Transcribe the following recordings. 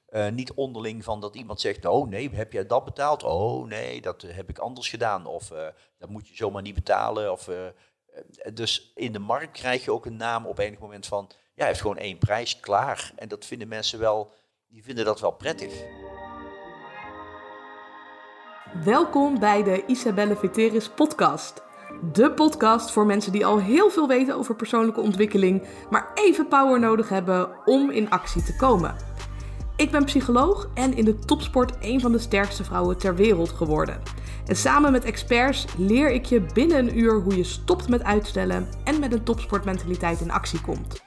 Niet onderling van dat iemand zegt, oh nee, heb jij dat betaald? Oh nee, dat heb ik anders gedaan. Of dat moet je zomaar niet betalen. Dus in de markt krijg je ook een naam op enig moment van, ja, hij heeft gewoon één prijs, klaar. En dat vinden mensen wel, die vinden dat wel prettig. Welkom bij de Isabelle Veteris podcast. De podcast voor mensen die al heel veel weten over persoonlijke ontwikkeling, maar even power nodig hebben om in actie te komen. Ik ben psycholoog en in de topsport een van de sterkste vrouwen ter wereld geworden. En samen met experts leer ik je binnen een uur hoe je stopt met uitstellen en met een topsportmentaliteit in actie komt.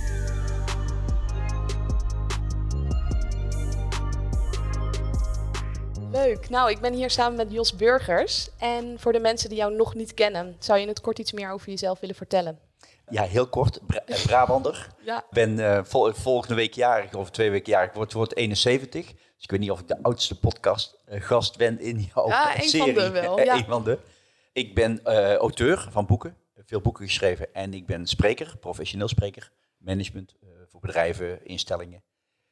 Leuk. Nou, ik ben hier samen met Jos Burgers. En voor de mensen die jou nog niet kennen, zou je in het kort iets meer over jezelf willen vertellen? Ja, heel kort. Brabander. Ja. Ik ben volgende week jarig, over 2 weken jarig. Ik word 71. Dus ik weet niet of ik de oudste podcastgast ben in jouw serie. Een van de wel. Ja. Een van de. Ik ben auteur van boeken. Veel boeken geschreven. En ik ben spreker, professioneel spreker. Management voor bedrijven, instellingen.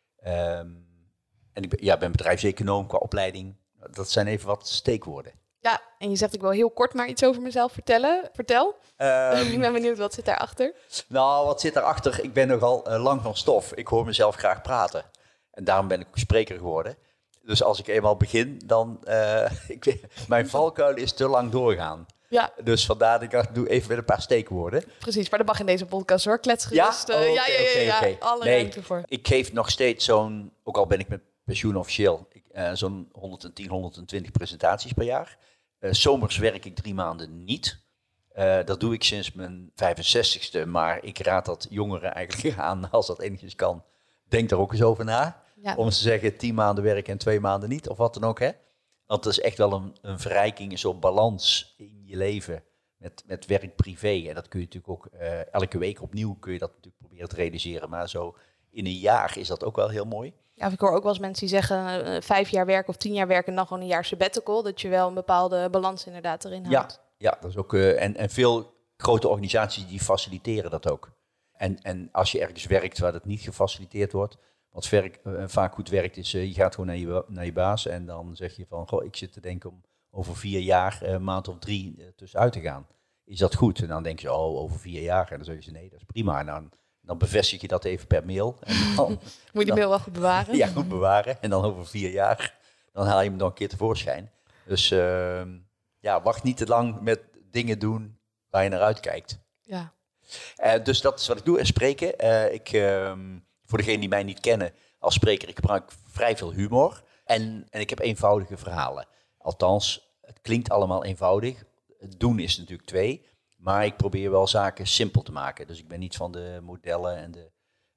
En ik ben bedrijfseconoom qua opleiding. Dat zijn even wat steekwoorden. Ja, en je zegt ik wil heel kort maar iets over mezelf vertellen. Vertel. Ik ben benieuwd, wat zit daarachter? Nou, wat zit daarachter? Ik ben nogal lang van stof. Ik hoor mezelf graag praten. En daarom ben ik spreker geworden. Dus als ik eenmaal begin, dan... mijn valkuil is te lang doorgaan. Ja. Dus vandaar dat ik dacht, doe even met een paar steekwoorden. Precies, maar dat mag in deze podcast hoor. Kletsgerust. Ja. Alle ruimte voor. Ik geef nog steeds zo'n... Ook al ben ik met pensioen officieel... zo'n 110, 120 presentaties per jaar. Zomers werk ik 3 maanden niet. Dat doe ik sinds mijn 65ste. Maar ik raad dat jongeren eigenlijk aan, als dat enigszins kan. Denk daar ook eens over na. Ja. Om te zeggen 10 maanden werken en 2 maanden niet. Of wat dan ook, hè. Want dat is echt wel een verrijking, een soort balans in je leven. Met werk-privé. En dat kun je natuurlijk ook elke week opnieuw kun je dat natuurlijk proberen te realiseren. Maar zo in een jaar is dat ook wel heel mooi. Ja, ik hoor ook wel eens mensen die zeggen 5 jaar werken of 10 jaar werken en dan gewoon een jaar sabbatical. Dat je wel een bepaalde balans inderdaad erin houdt. Ja, dat is ook. En veel grote organisaties die faciliteren dat ook. En als je ergens werkt waar dat niet gefaciliteerd wordt, wat vaak goed werkt is, je gaat gewoon naar je baas en dan zeg je van, goh, ik zit te denken om over 4 jaar, een maand of 3 tussenuit te gaan. Is dat goed? En dan denk je, over 4 jaar. En dan zeg je, nee, dat is prima. En dan bevestig je dat even per mail. En dan, moet je die mail wel goed bewaren? Ja, goed bewaren. En dan over 4 jaar, dan haal je hem dan een keer tevoorschijn. Dus wacht niet te lang met dingen doen waar je naar uitkijkt. Ja. Dus dat is wat ik doe, spreken. Voor degenen die mij niet kennen als spreker, ik gebruik vrij veel humor. En ik heb eenvoudige verhalen. Althans, het klinkt allemaal eenvoudig. Het doen is natuurlijk 2. Maar ik probeer wel zaken simpel te maken. Dus ik ben niet van de modellen en de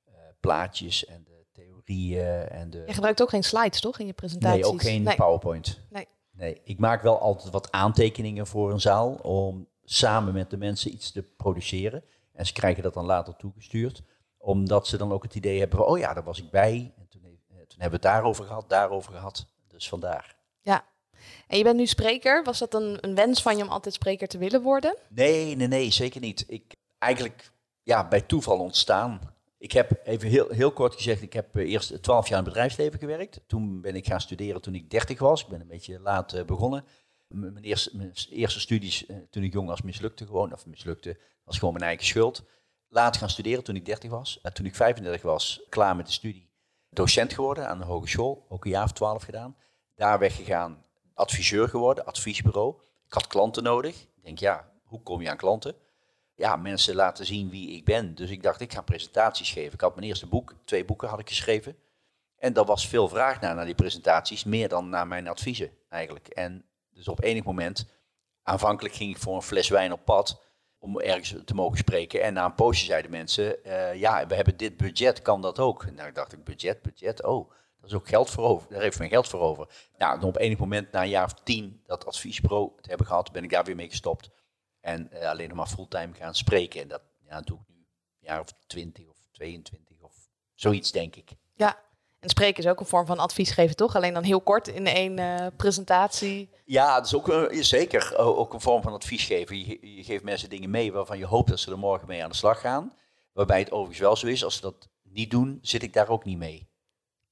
plaatjes en de theorieën. Je gebruikt ook geen slides, toch, in je presentaties? Nee, ook geen PowerPoint. Nee. Ik maak wel altijd wat aantekeningen voor een zaal om samen met de mensen iets te produceren. En ze krijgen dat dan later toegestuurd. Omdat ze dan ook het idee hebben van, oh ja, daar was ik bij. En toen hebben we het daarover gehad. Dus vandaar. Ja. En je bent nu spreker. Was dat een wens van je om altijd spreker te willen worden? Nee, zeker niet. Eigenlijk bij toeval ontstaan. Ik heb even heel kort gezegd, ik heb eerst 12 jaar in het bedrijfsleven gewerkt. Toen ben ik gaan studeren toen ik 30 was. Ik ben een beetje laat begonnen. Mijn eerste studies toen ik jong was mislukte. Was gewoon mijn eigen schuld. Laat gaan studeren toen ik 30 was. Toen ik 35 was, klaar met de studie. Docent geworden aan de hogeschool. Ook een jaar of 12 gedaan. Daar weggegaan. Adviseur geworden, adviesbureau. Ik had klanten nodig. Ik denk, hoe kom je aan klanten? Ja, mensen laten zien wie ik ben. Dus ik dacht, ik ga presentaties geven. Ik had mijn eerste boek, 2 boeken had ik geschreven. En er was veel vraag naar die presentaties. Meer dan naar mijn adviezen eigenlijk. En dus op enig moment, aanvankelijk ging ik voor een fles wijn op pad om ergens te mogen spreken. En na een poosje zeiden mensen, we hebben dit budget, kan dat ook? Nou, dacht ik, budget, dat is ook geld voor over. Daar heeft men geld voor over. Nou, dan op enig moment, na een jaar of 10, dat adviesbureau te hebben gehad, ben ik daar weer mee gestopt. En alleen nog maar fulltime gaan spreken. En dat doe ik nu een jaar of 20 of 22 of zoiets, denk ik. Ja, en spreken is ook een vorm van advies geven, toch? Alleen dan heel kort in 1 presentatie. Ja, dat is ook zeker ook een vorm van advies geven. Je geeft mensen dingen mee waarvan je hoopt dat ze er morgen mee aan de slag gaan. Waarbij het overigens wel zo is, als ze dat niet doen, zit ik daar ook niet mee.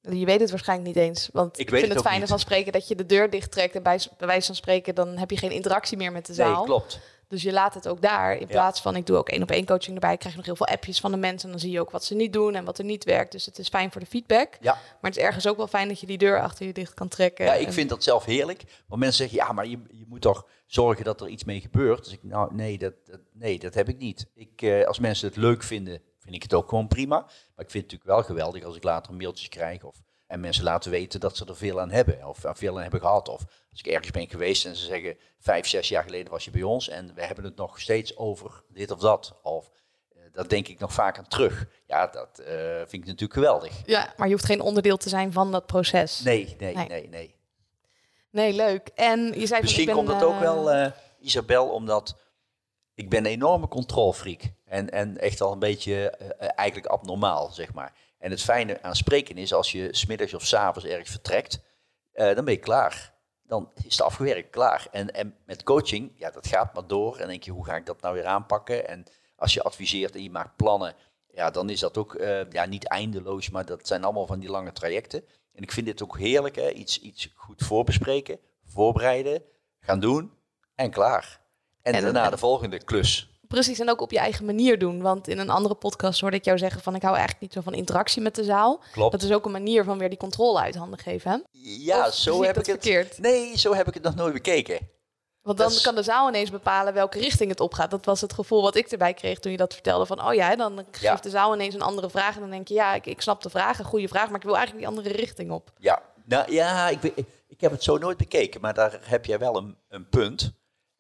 Je weet het waarschijnlijk niet eens. Want ik vind het fijne van spreken dat je de deur dicht trekt. En bij wijze van spreken, dan heb je geen interactie meer met de zaal. Nee, klopt. Dus je laat het ook daar. In plaats van, ik doe ook 1-op-1 coaching erbij. Ik krijg nog heel veel appjes van de mensen. En dan zie je ook wat ze niet doen en wat er niet werkt. Dus het is fijn voor de feedback. Ja. Maar het is ergens ook wel fijn dat je die deur achter je dicht kan trekken. Ja, ik vind dat zelf heerlijk. Want mensen zeggen, ja, maar je moet toch zorgen dat er iets mee gebeurt. Dus nee, dat heb ik niet. Als mensen het leuk vinden, vind ik het ook gewoon prima. Maar ik vind het natuurlijk wel geweldig als ik later mailtjes krijg en mensen laten weten dat ze er veel aan hebben. Of veel aan hebben gehad. Of als ik ergens ben geweest en ze zeggen 5-6 jaar geleden was je bij ons. En we hebben het nog steeds over dit of dat. Of dat denk ik nog vaak aan terug. Ja, dat vind ik natuurlijk geweldig. Ja, maar je hoeft geen onderdeel te zijn van dat proces. Nee. Nee, leuk. En je zei misschien komt dat ook wel, Isabel, omdat ik ben een enorme controlfreak. En echt al een beetje eigenlijk abnormaal, zeg maar. En het fijne aan spreken is, als je 's middags of 's avonds ergens vertrekt, dan ben je klaar. Dan is het afgewerkt, klaar. En met coaching, ja, dat gaat maar door. En dan denk je, hoe ga ik dat nou weer aanpakken? En als je adviseert en je maakt plannen, ja, dan is dat ook niet eindeloos, maar dat zijn allemaal van die lange trajecten. En ik vind dit ook heerlijk, hè? Iets goed voorbespreken, voorbereiden, gaan doen en klaar. En daarna de volgende klus. Precies, en ook op je eigen manier doen. Want in een andere podcast hoorde ik jou zeggen van, ik hou eigenlijk niet zo van interactie met de zaal. Klopt. Dat is ook een manier van weer die controle uit handen geven, hè? Ja, of zo heb ik het verkeerd. Nee, zo heb ik het nog nooit bekeken. Want dan kan de zaal ineens bepalen welke richting het opgaat. Dat was het gevoel wat ik erbij kreeg toen je dat vertelde. Van, dan geeft de zaal ineens een andere vraag. En dan denk je, ja, ik snap de vraag, een goede vraag, maar ik wil eigenlijk die andere richting op. Ja, nou ja, ik heb het zo nooit bekeken. Maar daar heb jij wel een punt.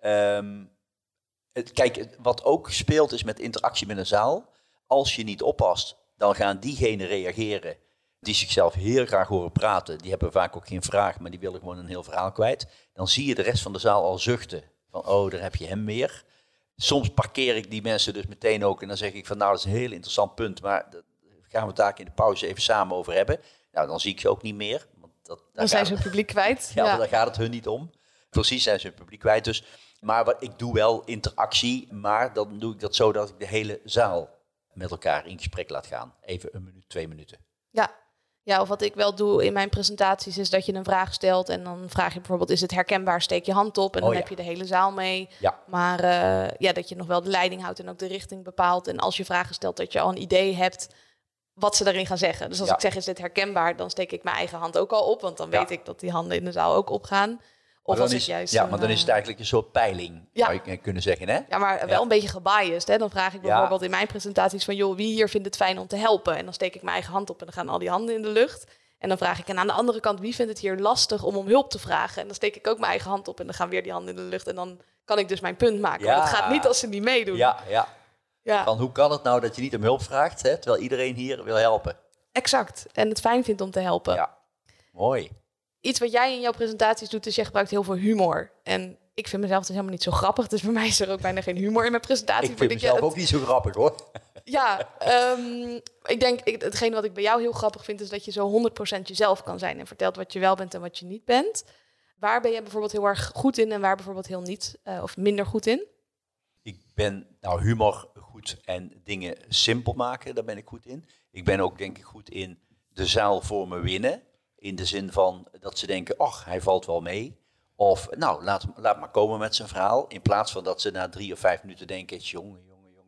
Kijk, wat ook speelt is met interactie met een zaal. Als je niet oppast, dan gaan diegenen reageren die zichzelf heel graag horen praten. Die hebben vaak ook geen vraag, maar die willen gewoon een heel verhaal kwijt. Dan zie je de rest van de zaal al zuchten. Van, oh, daar heb je hem weer. Soms parkeer ik die mensen dus meteen ook. En dan zeg ik van, nou, dat is een heel interessant punt. Maar daar gaan we het daar in de pauze even samen over hebben. Nou, dan zie ik ze ook niet meer. Want dan zijn ze hun publiek kwijt. Ja, maar daar gaat het hun niet om. Precies, zijn ze hun publiek kwijt. Dus, maar ik doe wel interactie. Maar dan doe ik dat zo dat ik de hele zaal met elkaar in gesprek laat gaan. Even 1 minuut, 2 minuten. Ja, of wat ik wel doe in mijn presentaties is dat je een vraag stelt en dan vraag je bijvoorbeeld, is het herkenbaar, steek je hand op en dan heb je de hele zaal mee. Ja. Maar dat je nog wel de leiding houdt en ook de richting bepaalt. En als je vragen stelt, dat je al een idee hebt wat ze daarin gaan zeggen. Dus als ik zeg, is dit herkenbaar, dan steek ik mijn eigen hand ook al op, want dan weet ik dat die handen in de zaal ook opgaan. Of als maar dan is het eigenlijk een soort peiling, zou je kunnen zeggen, hè? Ja, maar wel een beetje gebiased, hè? Dan vraag ik bijvoorbeeld in mijn presentaties van, joh, wie hier vindt het fijn om te helpen? En dan steek ik mijn eigen hand op en dan gaan al die handen in de lucht. En dan vraag ik, en aan de andere kant, wie vindt het hier lastig om hulp te vragen? En dan steek ik ook mijn eigen hand op en dan gaan weer die handen in de lucht. En dan kan ik dus mijn punt maken. Ja. Want het gaat niet als ze niet meedoen. Ja. Van, hoe kan het nou dat je niet om hulp vraagt, hè? Terwijl iedereen hier wil helpen? Exact. En het fijn vindt om te helpen. Ja, mooi. Iets wat jij in jouw presentaties doet, is je gebruikt heel veel humor. En ik vind mezelf dus helemaal niet zo grappig. Dus voor mij is er ook bijna geen humor in mijn presentatie. Ik vind mezelf ook niet zo grappig, hoor. Ja, ik denk, hetgene wat ik bij jou heel grappig vind, is dat je zo 100% jezelf kan zijn. En vertelt wat je wel bent en wat je niet bent. Waar ben je bijvoorbeeld heel erg goed in en waar bijvoorbeeld heel niet of minder goed in? Ik ben humor goed en dingen simpel maken, daar ben ik goed in. Ik ben ook denk ik goed in de zaal voor me winnen. In de zin van dat ze denken, ach, hij valt wel mee. Of, nou, laat maar komen met zijn verhaal. In plaats van dat ze na 3 of 5 minuten denken, jongen.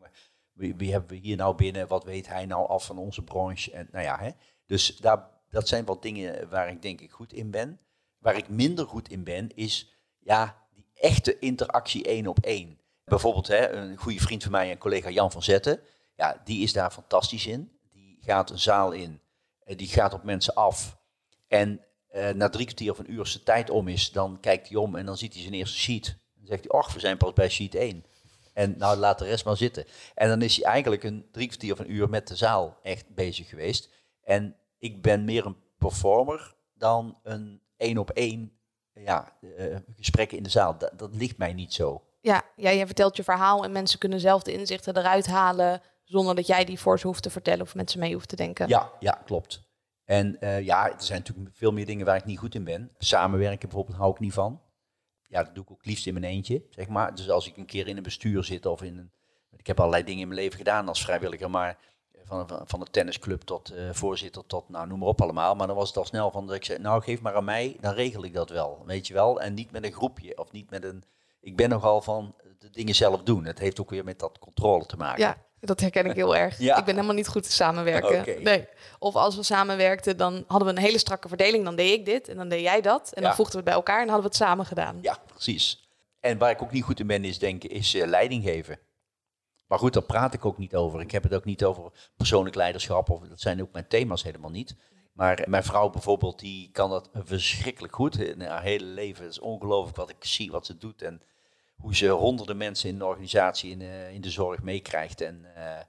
Wie hebben we hier nou binnen? Wat weet hij nou af van onze branche? En, nou ja, hè. Dus dat zijn wat dingen waar ik denk ik goed in ben. Waar ik minder goed in ben, is die echte interactie 1 op 1. Bijvoorbeeld een goede vriend van mij, een collega Jan van Zetten. Ja, die is daar fantastisch in. Die gaat een zaal in. Die gaat op mensen af. En na 3 kwartier of een uur als de tijd om is, dan kijkt hij om en dan ziet hij zijn eerste sheet. Dan zegt hij, we zijn pas bij sheet 1. En nou, laat de rest maar zitten. En dan is hij eigenlijk een 3 kwartier of een uur met de zaal echt bezig geweest. En ik ben meer een performer dan een 1 op 1 gesprekken in de zaal. Dat ligt mij niet zo. Ja, je vertelt je verhaal en mensen kunnen zelf de inzichten eruit halen zonder dat jij die voor ze hoeft te vertellen of met ze mee hoeft te denken. Ja, klopt. En er zijn natuurlijk veel meer dingen waar ik niet goed in ben. Samenwerken bijvoorbeeld hou ik niet van. Ja, dat doe ik ook liefst in mijn eentje, zeg maar. Dus als ik een keer in een bestuur zit of ik heb allerlei dingen in mijn leven gedaan als vrijwilliger, maar van de tennisclub tot voorzitter tot, nou noem maar op allemaal. Maar dan was het al snel van dat ik zei, nou geef maar aan mij, dan regel ik dat wel. Weet je wel? En niet met een groepje of niet met een... Ik ben nogal van de dingen zelf doen. Het heeft ook weer met dat controle te maken. Ja, dat herken ik heel erg. Ja. Ik ben helemaal niet goed te samenwerken. Okay. Nee. Of als we samenwerkten, dan hadden we een hele strakke verdeling. Dan deed ik dit en dan deed jij dat. En dan voegden we het bij elkaar en hadden we het samen gedaan. Ja, precies. En waar ik ook niet goed in ben is leiding geven. Maar goed, daar praat ik ook niet over. Ik heb het ook niet over persoonlijk leiderschap. Of dat zijn ook mijn thema's helemaal niet. Maar mijn vrouw bijvoorbeeld, die kan dat verschrikkelijk goed. In haar hele leven. Het is ongelooflijk wat ik zie, wat ze doet. En hoe ze honderden mensen in de organisatie, in de zorg meekrijgt. En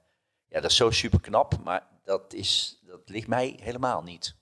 dat is zo super knap. Maar dat ligt mij helemaal niet.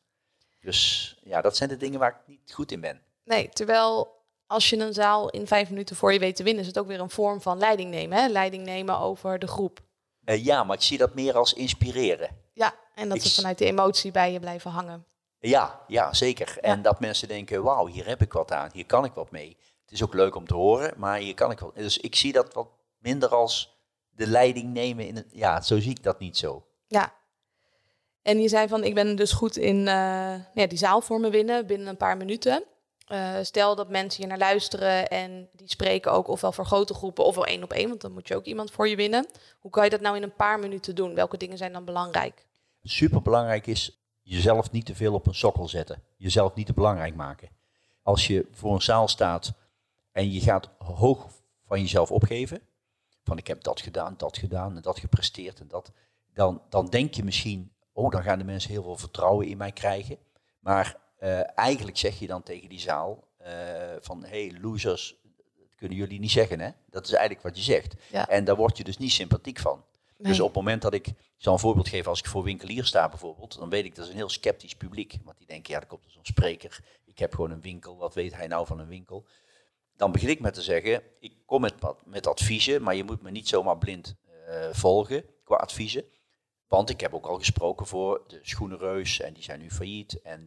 Dus ja, dat zijn de dingen waar ik niet goed in ben. Nee, terwijl... Als je een zaal in 5 minuten voor je weet te winnen, is het ook weer een vorm van leiding nemen. Hè? Leiding nemen over de groep. Ja, maar ik zie dat meer als inspireren. Ja, en dat ze vanuit de emotie bij je blijven hangen. Ja, zeker. Ja. En dat mensen denken, wauw, hier heb ik wat aan. Hier kan ik wat mee. Het is ook leuk om te horen, maar hier kan ik wat. Dus ik zie dat wat minder als de leiding nemen. Ja, zo zie ik dat niet zo. Ja. En je zei van, ik ben dus goed in die zaal voor me winnen binnen een paar minuten. Stel dat mensen hier naar luisteren en die spreken ook ofwel voor grote groepen ofwel 1-op-1, want dan moet je ook iemand voor je winnen. Hoe kan je dat nou in een paar minuten doen? Welke dingen zijn dan belangrijk? Superbelangrijk is jezelf niet te veel op een sokkel zetten. Jezelf niet te belangrijk maken. Als je voor een zaal staat en je gaat hoog van jezelf opgeven, van ik heb dat gedaan en dat gepresteerd en dat, dan denk je misschien, dan gaan de mensen heel veel vertrouwen in mij krijgen. Maar eigenlijk zeg je dan tegen die zaal van, hey losers, dat kunnen jullie niet zeggen, hè? Dat is eigenlijk wat je zegt. Ja. En daar word je dus niet sympathiek van. Nee. Dus op het moment dat ik zal een voorbeeld geven, als ik voor winkeliers sta bijvoorbeeld, dan weet ik dat is een heel sceptisch publiek. Want die denken, ja, er komt zo'n spreker. Ik heb gewoon een winkel, wat weet hij nou van een winkel? Dan begin ik met te zeggen, ik kom met adviezen, maar je moet me niet zomaar blind volgen qua adviezen. Want ik heb ook al gesproken voor de Schoenenreus en die zijn nu failliet. En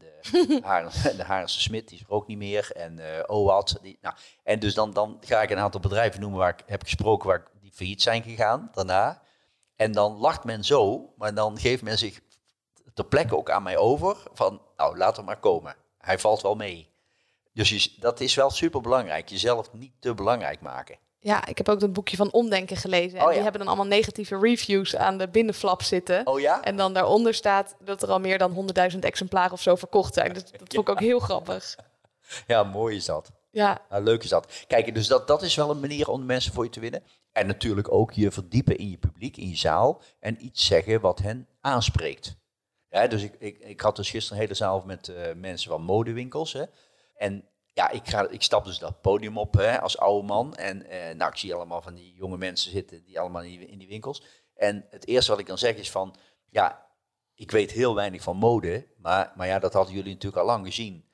de Harense Smit, die is er ook niet meer. En OWAT. En dus dan ga ik een aantal bedrijven noemen waar ik heb gesproken die failliet zijn gegaan daarna. En dan lacht men zo, maar dan geeft men zich ter plekke ook aan mij over. Van, nou, laat hem maar komen. Hij valt wel mee. Dus dat is wel superbelangrijk. Jezelf niet te belangrijk maken. Ja, ik heb ook dat boekje van Omdenken gelezen. En die hebben dan allemaal negatieve reviews aan de binnenflap zitten. Oh ja? En dan daaronder staat dat er al meer dan 100.000 exemplaren of zo verkocht zijn. Dus dat vond ik ook heel grappig. Ja, mooi is dat. Ja. Leuk is dat. Kijk, dus dat is wel een manier om de mensen voor je te winnen. En natuurlijk ook je verdiepen in je publiek, in je zaal. En iets zeggen wat hen aanspreekt. Ja, dus ik had dus gisteren een hele zaal met mensen van modewinkels. Hè. En ja, ik stap dus dat podium op als oude man. En ik zie allemaal van die jonge mensen zitten die allemaal in die winkels. En het eerste wat ik dan zeg is van, ja, ik weet heel weinig van mode. Maar ja, dat hadden jullie natuurlijk al lang gezien.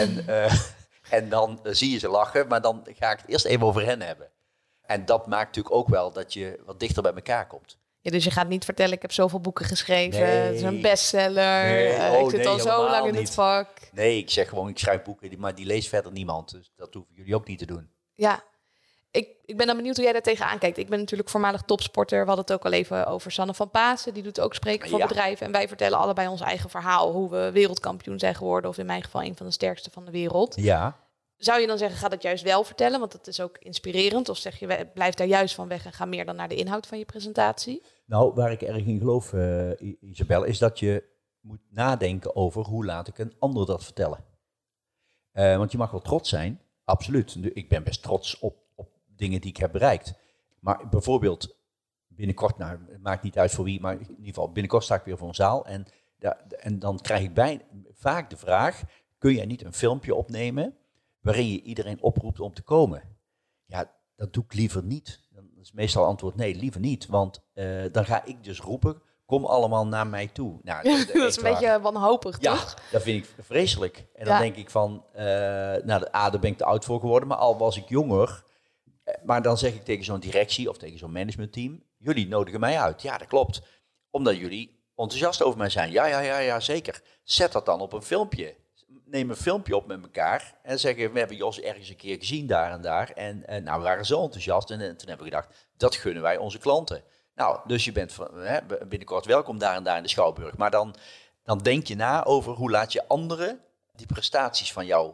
En dan zie je ze lachen, maar dan ga ik het eerst even over hen hebben. En dat maakt natuurlijk ook wel dat je wat dichter bij elkaar komt. Ja, dus je gaat niet vertellen, ik heb zoveel boeken geschreven. Nee. Het is een bestseller. Ik zit al zo lang in het vak. Nee, ik zeg gewoon, ik schrijf boeken, maar die leest verder niemand. Dus dat hoeven jullie ook niet te doen. Ja, ik ben dan benieuwd hoe jij daar tegenaan kijkt. Ik ben natuurlijk voormalig topsporter. We hadden het ook al even over Sanne van Pasen. Die doet ook spreken voor bedrijven. En wij vertellen allebei ons eigen verhaal. Hoe we wereldkampioen zijn geworden. Of in mijn geval een van de sterkste van de wereld. Ja. Zou je dan zeggen, ga dat juist wel vertellen? Want dat is ook inspirerend. Of zeg je, blijf daar juist van weg en ga meer dan naar de inhoud van je presentatie? Nou, waar ik erg in geloof, Isabel, is dat je moet nadenken over hoe laat ik een ander dat vertellen. Want je mag wel trots zijn, absoluut. Ik ben best trots op dingen die ik heb bereikt. Maar bijvoorbeeld binnenkort, nou, het maakt niet uit voor wie, maar in ieder geval binnenkort sta ik weer voor een zaal. En dan krijg ik vaak de vraag, kun jij niet een filmpje opnemen waarin je iedereen oproept om te komen? Ja, dat doe ik liever niet. Dan is meestal antwoord nee, liever niet. Want dan ga ik dus roepen, kom allemaal naar mij toe. Nou, dat is een beetje wanhopig, toch? Ja, dat vind ik vreselijk. En dan denk ik van, daar ben ik te oud voor geworden. Maar al was ik jonger. Maar dan zeg ik tegen zo'n directie of tegen zo'n managementteam, jullie nodigen mij uit. Ja, dat klopt. Omdat jullie enthousiast over mij zijn. Ja, zeker. Zet dat dan op een filmpje. Neem een filmpje op met elkaar en zeggen, we hebben Jos ergens een keer gezien daar en daar. En we waren zo enthousiast en toen hebben we gedacht, dat gunnen wij onze klanten. Nou, dus je bent binnenkort welkom daar en daar in de Schouwburg. Maar dan denk je na over hoe laat je anderen die prestaties van jou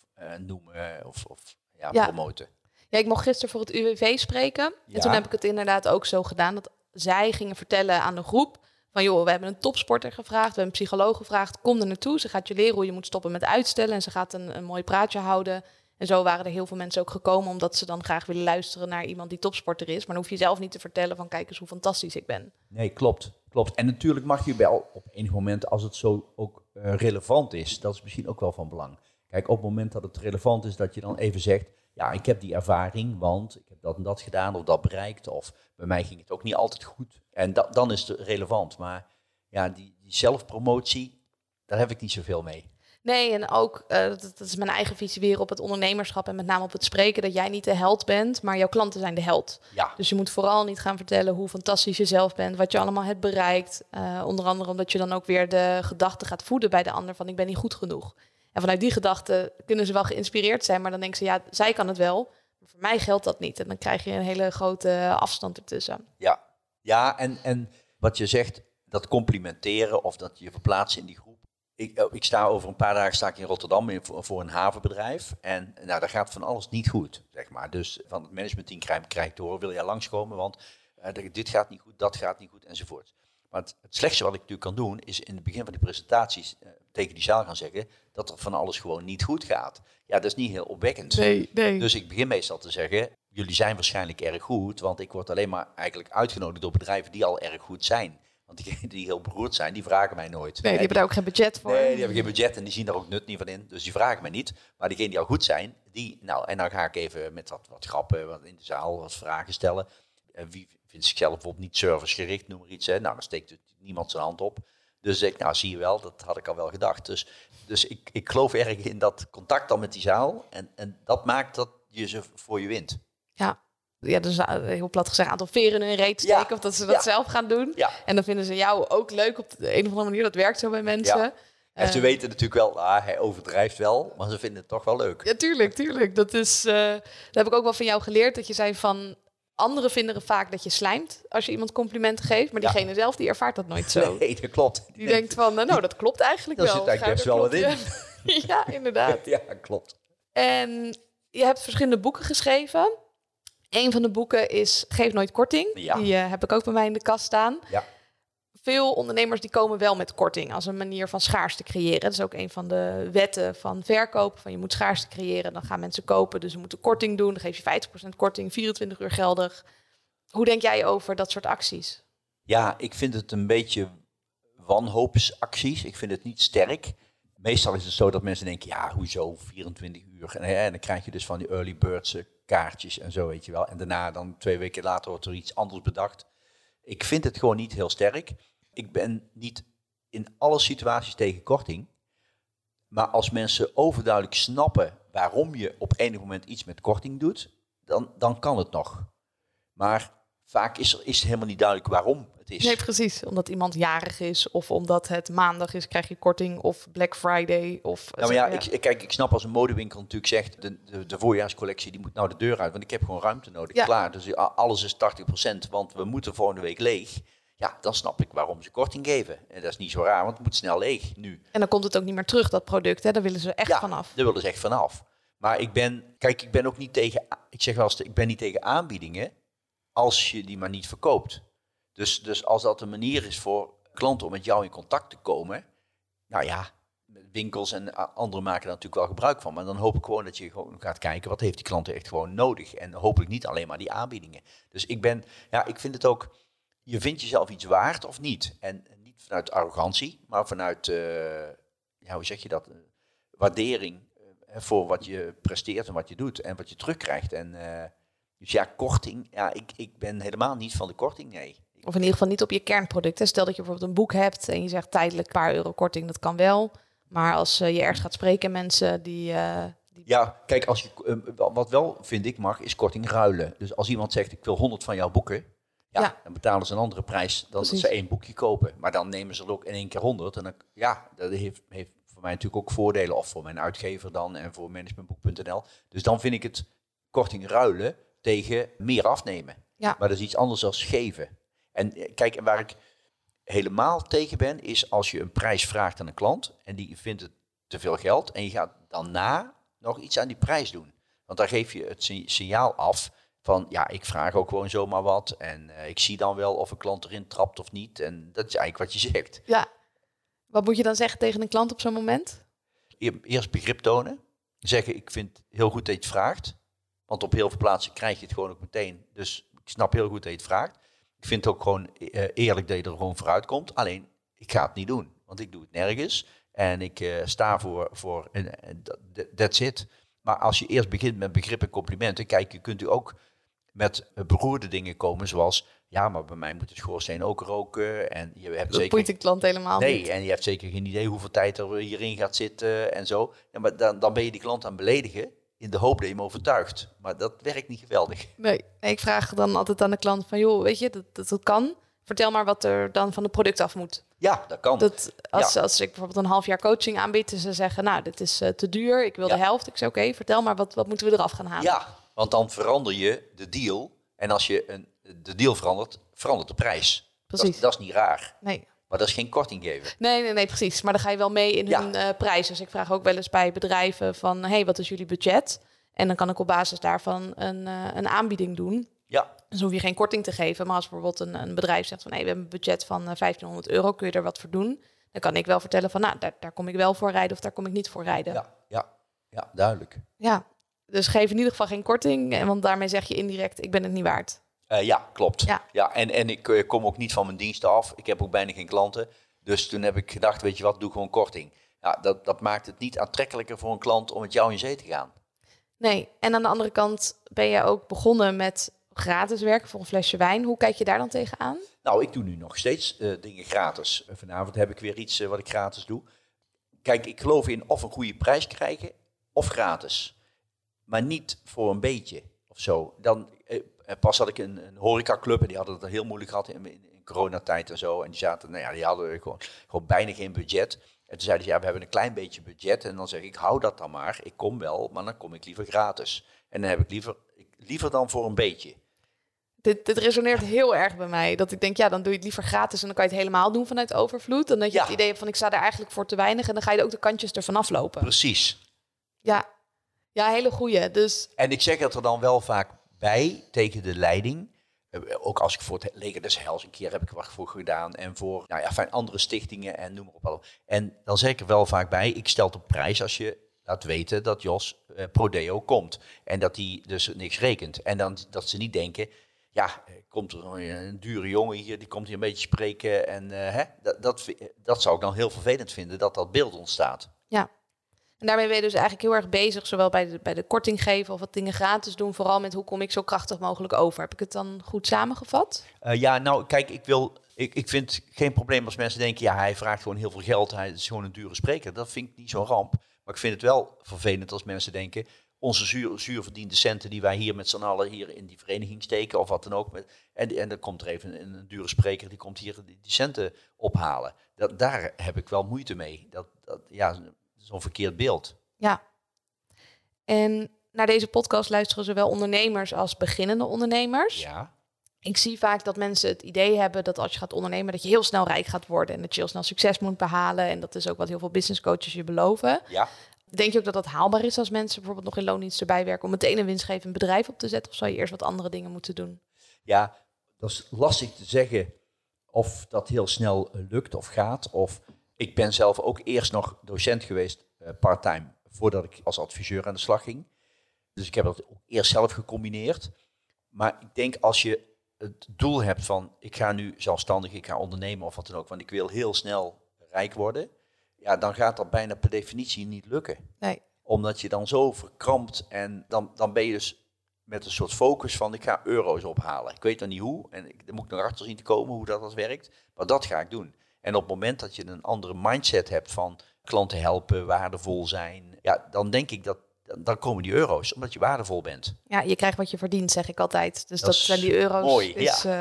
noemen of promoten. Ja, ik mocht gisteren voor het UWV spreken. Ja. En toen heb ik het inderdaad ook zo gedaan dat zij gingen vertellen aan de groep van joh, we hebben een topsporter gevraagd, we hebben een psycholoog gevraagd, kom er naartoe. Ze gaat je leren hoe je moet stoppen met uitstellen en ze gaat een mooi praatje houden. En zo waren er heel veel mensen ook gekomen omdat ze dan graag willen luisteren naar iemand die topsporter is. Maar dan hoef je zelf niet te vertellen van kijk eens hoe fantastisch ik ben. Nee, klopt. En natuurlijk mag je wel op enig moment, als het zo ook relevant is, dat is misschien ook wel van belang. Kijk, op het moment dat het relevant is dat je dan even zegt, ja, ik heb die ervaring, want ik heb dat en dat gedaan of dat bereikt. Of bij mij ging het ook niet altijd goed. En dan is het relevant. Maar ja, die zelfpromotie, daar heb ik niet zoveel mee. Nee, en ook, dat is mijn eigen visie weer op het ondernemerschap en met name op het spreken, dat jij niet de held bent, maar jouw klanten zijn de held. Ja. Dus je moet vooral niet gaan vertellen hoe fantastisch je zelf bent, wat je allemaal hebt bereikt. Onder andere omdat je dan ook weer de gedachte gaat voeden bij de ander van ik ben niet goed genoeg. En vanuit die gedachte kunnen ze wel geïnspireerd zijn, maar dan denken ze ja, zij kan het wel, maar voor mij geldt dat niet. En dan krijg je een hele grote afstand ertussen. Ja, en wat je zegt, dat complimenteren of dat je verplaatsen in die groep. Ik sta over een paar dagen in Rotterdam voor een havenbedrijf. En nou, daar gaat van alles niet goed, zeg maar. Dus van het managementteam krijg ik te horen, wil jij langskomen? Want dit gaat niet goed, dat gaat niet goed, enzovoort. Maar het slechtste wat ik natuurlijk kan doen, is in het begin van die presentaties tegen die zaal gaan zeggen dat er van alles gewoon niet goed gaat. Ja, dat is niet heel opwekkend. Nee. Dus ik begin meestal te zeggen, jullie zijn waarschijnlijk erg goed, want ik word alleen maar eigenlijk uitgenodigd door bedrijven die al erg goed zijn. Want diegenen die heel beroerd zijn, die vragen mij nooit. Nee, die hebben daar ook geen budget voor. Nee, die hebben geen budget en die zien daar ook nut niet van in. Dus die vragen mij niet. Maar diegenen die al goed zijn, en dan ga ik even met wat grappen wat in de zaal, wat vragen stellen. Wie vindt zichzelf bijvoorbeeld niet servicegericht, noem maar iets. Hè? Nou, dan steekt niemand zijn hand op. Dus ik, nou zie je wel, dat had ik al wel gedacht. Dus ik geloof erg in dat contact dan met die zaal. En dat maakt dat je ze voor je wint. Ja, dus heel plat gezegd, een aantal veren in hun reet steken. Ja. Of dat ze dat zelf gaan doen. Ja. En dan vinden ze jou ook leuk op de een of andere manier. Dat werkt zo bij mensen. Ja. En ze weten natuurlijk wel, hij overdrijft wel. Maar ze vinden het toch wel leuk. Ja, tuurlijk. Dat heb ik ook wel van jou geleerd. Dat je zei van, anderen vinden vaak dat je slijmt als je iemand complimenten geeft. Maar diegene zelf, die ervaart dat nooit zo. Nee, dat klopt. Die denkt van, nou, dat klopt eigenlijk wel. Daar zit eigenlijk best wel wat in. Ja, inderdaad. Ja, klopt. En je hebt verschillende boeken geschreven. Een van de boeken is Geef nooit korting. Ja. Die heb ik ook bij mij in de kast staan. Ja. Veel ondernemers die komen wel met korting als een manier van schaarste creëren. Dat is ook een van de wetten van verkoop. Van je moet schaarste creëren, dan gaan mensen kopen. Dus ze moeten korting doen. Dan geef je 50% korting, 24 uur geldig. Hoe denk jij over dat soort acties? Ja, ik vind het een beetje wanhoopsacties. Ik vind het niet sterk. Meestal is het zo dat mensen denken, ja, hoezo 24 uur? En dan krijg je dus van die early birds kaartjes en zo, weet je wel. En daarna dan 2 weken later wordt er iets anders bedacht. Ik vind het gewoon niet heel sterk. Ik ben niet in alle situaties tegen korting. Maar als mensen overduidelijk snappen waarom je op enig moment iets met korting doet, dan kan het nog. Maar vaak is het helemaal niet duidelijk waarom het is. Nee, precies. Omdat iemand jarig is of omdat het maandag is, krijg je korting of Black Friday. Ik snap als een modewinkel natuurlijk zegt, de voorjaarscollectie die moet nou de deur uit, want ik heb gewoon ruimte nodig. Ja. Klaar, dus alles is 80%, want we moeten volgende week leeg. Ja, dan snap ik waarom ze korting geven. En dat is niet zo raar, want het moet snel leeg nu. En dan komt het ook niet meer terug, dat product. Hè? Daar willen ze echt vanaf. Daar willen ze echt vanaf. Maar ik ben ook niet tegen, ik zeg wel eens, ik ben niet tegen aanbiedingen als je die maar niet verkoopt. Dus als dat een manier is voor klanten om met jou in contact te komen, nou ja, winkels en anderen maken daar natuurlijk wel gebruik van. Maar dan hoop ik gewoon dat je gewoon gaat kijken, wat heeft die klant echt gewoon nodig? En hopelijk niet alleen maar die aanbiedingen. Dus ik vind het ook, je vindt jezelf iets waard of niet. En niet vanuit arrogantie, maar vanuit, hoe zeg je dat, waardering voor wat je presteert en wat je doet en wat je terugkrijgt. En dus ja, korting, ik ben helemaal niet van de korting, nee. Of in ieder geval niet op je kernproduct. Hè. Stel dat je bijvoorbeeld een boek hebt en je zegt tijdelijk een paar euro korting, dat kan wel. Maar als je ergens gaat spreken, mensen die... Ja, kijk, als je, wat wel vind ik mag, is korting ruilen. Dus als iemand zegt, ik wil 100 van jouw boeken, dan betalen ze een andere prijs dan dat ze 1 boekje kopen. Maar dan nemen ze er ook in 1 keer 100. En dan, dat heeft voor mij natuurlijk ook voordelen. Of voor mijn uitgever dan en voor managementboek.nl. Dus dan vind ik het korting ruilen tegen meer afnemen. Ja. Maar dat is iets anders dan geven. En kijk, waar ik helemaal tegen ben, is als je een prijs vraagt aan een klant en die vindt het te veel geld en je gaat daarna nog iets aan die prijs doen. Want dan geef je het signaal af van, ja, ik vraag ook gewoon zomaar wat en ik zie dan wel of een klant erin trapt of niet. En dat is eigenlijk wat je zegt. Ja. Wat moet je dan zeggen tegen een klant op zo'n moment? Eerst begrip tonen. Zeggen, ik vind het heel goed dat je het vraagt. Want op heel veel plaatsen krijg je het gewoon ook meteen. Dus ik snap heel goed dat je het vraagt. Ik vind het ook gewoon eerlijk dat je er gewoon vooruit komt. Alleen, ik ga het niet doen. Want ik doe het nergens. En ik sta voor that's it. Maar als je eerst begint met begrip en complimenten. Kijk, je kunt u ook met beroerde dingen komen. Zoals, ja, maar bij mij moet de schoorsteen ook roken. En je hebt dat boeit de klant helemaal niet. Nee, en je hebt zeker geen idee hoeveel tijd er hierin gaat zitten en zo. Ja, maar dan ben je die klant aan het beledigen in de hoop dat je hem overtuigt. Maar dat werkt niet geweldig. Nee, ik vraag dan altijd aan de klant van, joh, weet je, dat kan. Vertel maar wat er dan van het product af moet. Ja, dat kan. Als ik bijvoorbeeld een half jaar coaching aanbied en ze zeggen, nou, dit is te duur, ik wil de helft. Ik zeg, oké, vertel maar, wat moeten we eraf gaan halen? Ja, want dan verander je de deal. En als je de deal verandert de prijs. Precies. Dat is niet raar. Nee. Maar dat is geen korting geven. Nee, precies. Maar dan ga je wel mee in hun prijs. Dus ik vraag ook wel eens bij bedrijven van, hey, wat is jullie budget? En dan kan ik op basis daarvan een aanbieding doen. Ja. Dus hoef je geen korting te geven. Maar als bijvoorbeeld een bedrijf zegt van, hey, we hebben een budget van €1500, kun je er wat voor doen? Dan kan ik wel vertellen van, nou, daar kom ik wel voor rijden of daar kom ik niet voor rijden. Ja, duidelijk. Ja, dus geef in ieder geval geen korting. Want daarmee zeg je indirect, ik ben het niet waard. Ja, klopt. Ja. En ik kom ook niet van mijn diensten af. Ik heb ook bijna geen klanten. Dus toen heb ik gedacht, weet je wat, doe gewoon korting. Ja, dat maakt het niet aantrekkelijker voor een klant om met jou in zee te gaan. Nee, en aan de andere kant ben je ook begonnen met gratis werken voor een flesje wijn. Hoe kijk je daar dan tegenaan? Nou, ik doe nu nog steeds dingen gratis. Vanavond heb ik weer iets wat ik gratis doe. Kijk, ik geloof in of een goede prijs krijgen of gratis. Maar niet voor een beetje of zo. Dan, pas had ik een horecaclub en die hadden het heel moeilijk gehad in coronatijd en zo. En die zaten, die hadden gewoon bijna geen budget. En toen zeiden ze, ja, we hebben een klein beetje budget. En dan zeg ik, hou dat dan maar. Ik kom wel, maar dan kom ik liever gratis. En dan heb ik liever dan voor een beetje. Dit resoneert heel erg bij mij. Dat ik denk, ja, dan doe je het liever gratis en dan kan je het helemaal doen vanuit overvloed. Dan dat je het idee hebt van, ik sta daar eigenlijk voor te weinig. En dan ga je ook de kantjes ervan aflopen. Precies. Ja, hele goeie. Dus... En ik zeg het er dan wel vaak bij tegen de leiding. Ook als ik voor het Leger des Heils een keer heb ik wat voor gedaan. En voor andere stichtingen en noem maar op. En dan zeg ik er wel vaak bij, ik stel het op prijs als je laat weten dat Jos Prodeo komt. En dat hij dus niks rekent. En dan dat ze niet denken, ja, komt er een dure jongen hier, die komt hier een beetje spreken. En dat zou ik dan heel vervelend vinden, dat beeld ontstaat. Ja. En daarmee ben je dus eigenlijk heel erg bezig, zowel bij de korting geven of wat dingen gratis doen, vooral met hoe kom ik zo krachtig mogelijk over. Heb ik het dan goed samengevat? Nou, kijk, ik vind het geen probleem als mensen denken, ja, hij vraagt gewoon heel veel geld, hij is gewoon een dure spreker. Dat vind ik niet zo'n ramp. Maar ik vind het wel vervelend als mensen denken, onze zuur verdiende centen die wij hier met z'n allen hier in die vereniging steken of wat dan ook. En dan komt er even een dure spreker, die komt hier die centen ophalen. Daar heb ik wel moeite mee. Zo'n verkeerd beeld. Ja. En naar deze podcast luisteren zowel ondernemers als beginnende ondernemers. Ja. Ik zie vaak dat mensen het idee hebben dat als je gaat ondernemen, dat je heel snel rijk gaat worden. En dat je heel snel succes moet behalen. En dat is ook wat heel veel business coaches je beloven. Ja. Denk je ook dat dat haalbaar is als mensen bijvoorbeeld nog in loondienst erbij werken om meteen een winstgevend bedrijf op te zetten? Of zou je eerst wat andere dingen moeten doen? Ja, dat is lastig te zeggen of dat heel snel lukt of gaat. Of ik ben zelf ook eerst nog docent geweest, part-time, voordat ik als adviseur aan de slag ging. Dus ik heb dat ook eerst zelf gecombineerd. Maar ik denk als je het doel hebt van ik ga nu zelfstandig, ik ga ondernemen of wat dan ook, want ik wil heel snel rijk worden. Ja, dan gaat dat bijna per definitie niet lukken. Nee. Omdat je dan zo verkrampt en dan ben je dus met een soort focus van ik ga euro's ophalen. Ik weet nog niet hoe en daar moet ik nog achter zien te komen hoe dat werkt. Maar dat ga ik doen. En op het moment dat je een andere mindset hebt van klanten helpen, waardevol zijn. Ja, dan denk ik dat dan komen die euro's, omdat je waardevol bent. Ja, je krijgt wat je verdient, zeg ik altijd. Dus dat zijn die euro's. Mooi,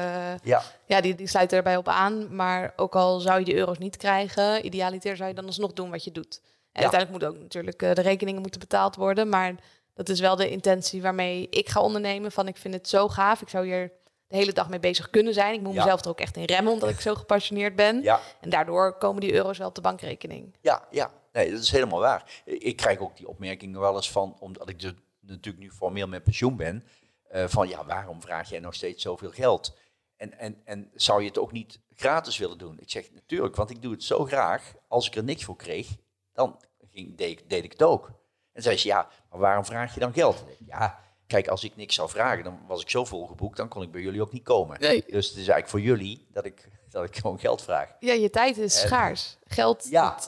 die sluiten erbij op aan. Maar ook al zou je die euro's niet krijgen, idealiter zou je dan alsnog doen wat je doet. En uiteindelijk moeten ook natuurlijk de rekeningen moeten betaald worden. Maar dat is wel de intentie waarmee ik ga ondernemen. Van ik vind het zo gaaf. Ik zou hier de hele dag mee bezig kunnen zijn. Ik moet mezelf er ook echt in remmen, omdat ik zo gepassioneerd ben. Ja. En daardoor komen die euro's wel op de bankrekening. Ja. Nee, dat is helemaal waar. Ik krijg ook die opmerkingen wel eens van, omdat ik dus natuurlijk nu formeel met pensioen ben, van waarom vraag jij nog steeds zoveel geld? En zou je het ook niet gratis willen doen? Ik zeg natuurlijk, want ik doe het zo graag. Als ik er niks voor kreeg, dan deed ik het ook. En zei ze, maar waarom vraag je dan geld? Kijk, als ik niks zou vragen, dan was ik zo vol geboekt, dan kon ik bij jullie ook niet komen. Nee. Dus het is eigenlijk voor jullie dat ik gewoon geld vraag. Ja, je tijd is schaars. Geld,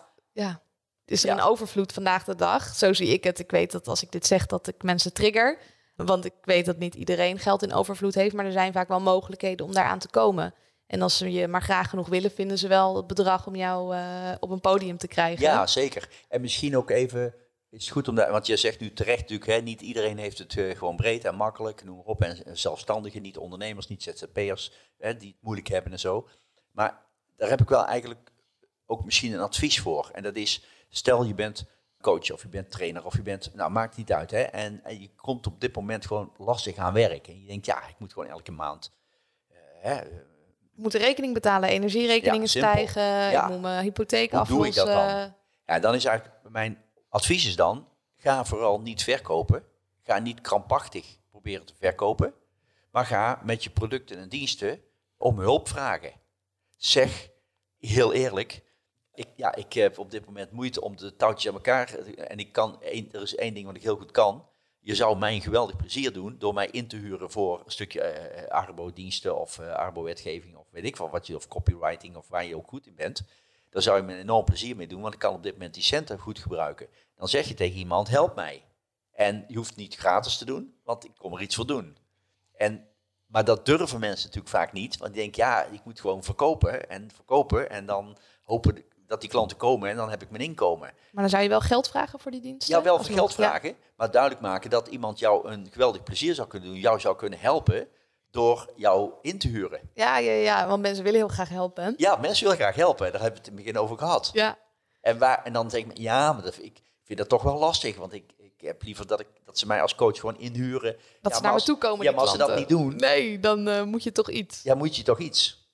is er een overvloed vandaag de dag. Zo zie ik het. Ik weet dat als ik dit zeg, dat ik mensen trigger. Want ik weet dat niet iedereen geld in overvloed heeft, maar er zijn vaak wel mogelijkheden om daaraan te komen. En als ze je maar graag genoeg willen, vinden ze wel het bedrag om jou op een podium te krijgen. Ja, zeker. En misschien ook even, is het goed om want je zegt nu terecht natuurlijk, niet iedereen heeft het gewoon breed en makkelijk, noem maar op. En zelfstandigen, niet ondernemers, niet ZZP'ers, die het moeilijk hebben en zo. Maar daar heb ik wel eigenlijk ook misschien een advies voor. En dat is, stel je bent coach of je bent trainer of je bent, maakt niet uit. En je komt op dit moment gewoon lastig aan werk. En je denkt, ik moet gewoon elke maand. Je moet de rekening betalen, energierekeningen stijgen, ik moet mijn hypotheek aflossen. Hoe doe ik dat dan? Dan is eigenlijk mijn advies is dan, ga vooral niet verkopen. Ga niet krampachtig proberen te verkopen. Maar ga met je producten en diensten om hulp vragen. Zeg heel eerlijk, ik heb op dit moment moeite om de touwtjes aan elkaar. En er is één ding wat ik heel goed kan. Je zou mij een geweldig plezier doen door mij in te huren voor een stukje Arbo-diensten of Arbo-wetgeving of weet ik wat of copywriting of waar je ook goed in bent. Daar zou je me een enorm plezier mee doen, want ik kan op dit moment die centen goed gebruiken. Dan zeg je tegen iemand, help mij. En je hoeft niet gratis te doen, want ik kom er iets voor doen. Maar dat durven mensen natuurlijk vaak niet, want die denken, ik moet gewoon verkopen en dan hopen dat die klanten komen en dan heb ik mijn inkomen. Maar dan zou je wel geld vragen voor die diensten? Ja, wel geld vragen, maar duidelijk maken dat iemand jou een geweldig plezier zou kunnen doen, jou zou kunnen helpen door jou in te huren. Ja, want mensen willen heel graag helpen. Ja, mensen willen graag helpen, daar hebben we het in het begin over gehad. Ja. En dan zeg ik, maar ik vind dat toch wel lastig, want ik heb liever dat ze mij als coach gewoon inhuren. Dat ze naar me toe komen. Ja, maar als ze dat niet doen. Nee, dan moet je toch iets. Ja, moet je toch iets.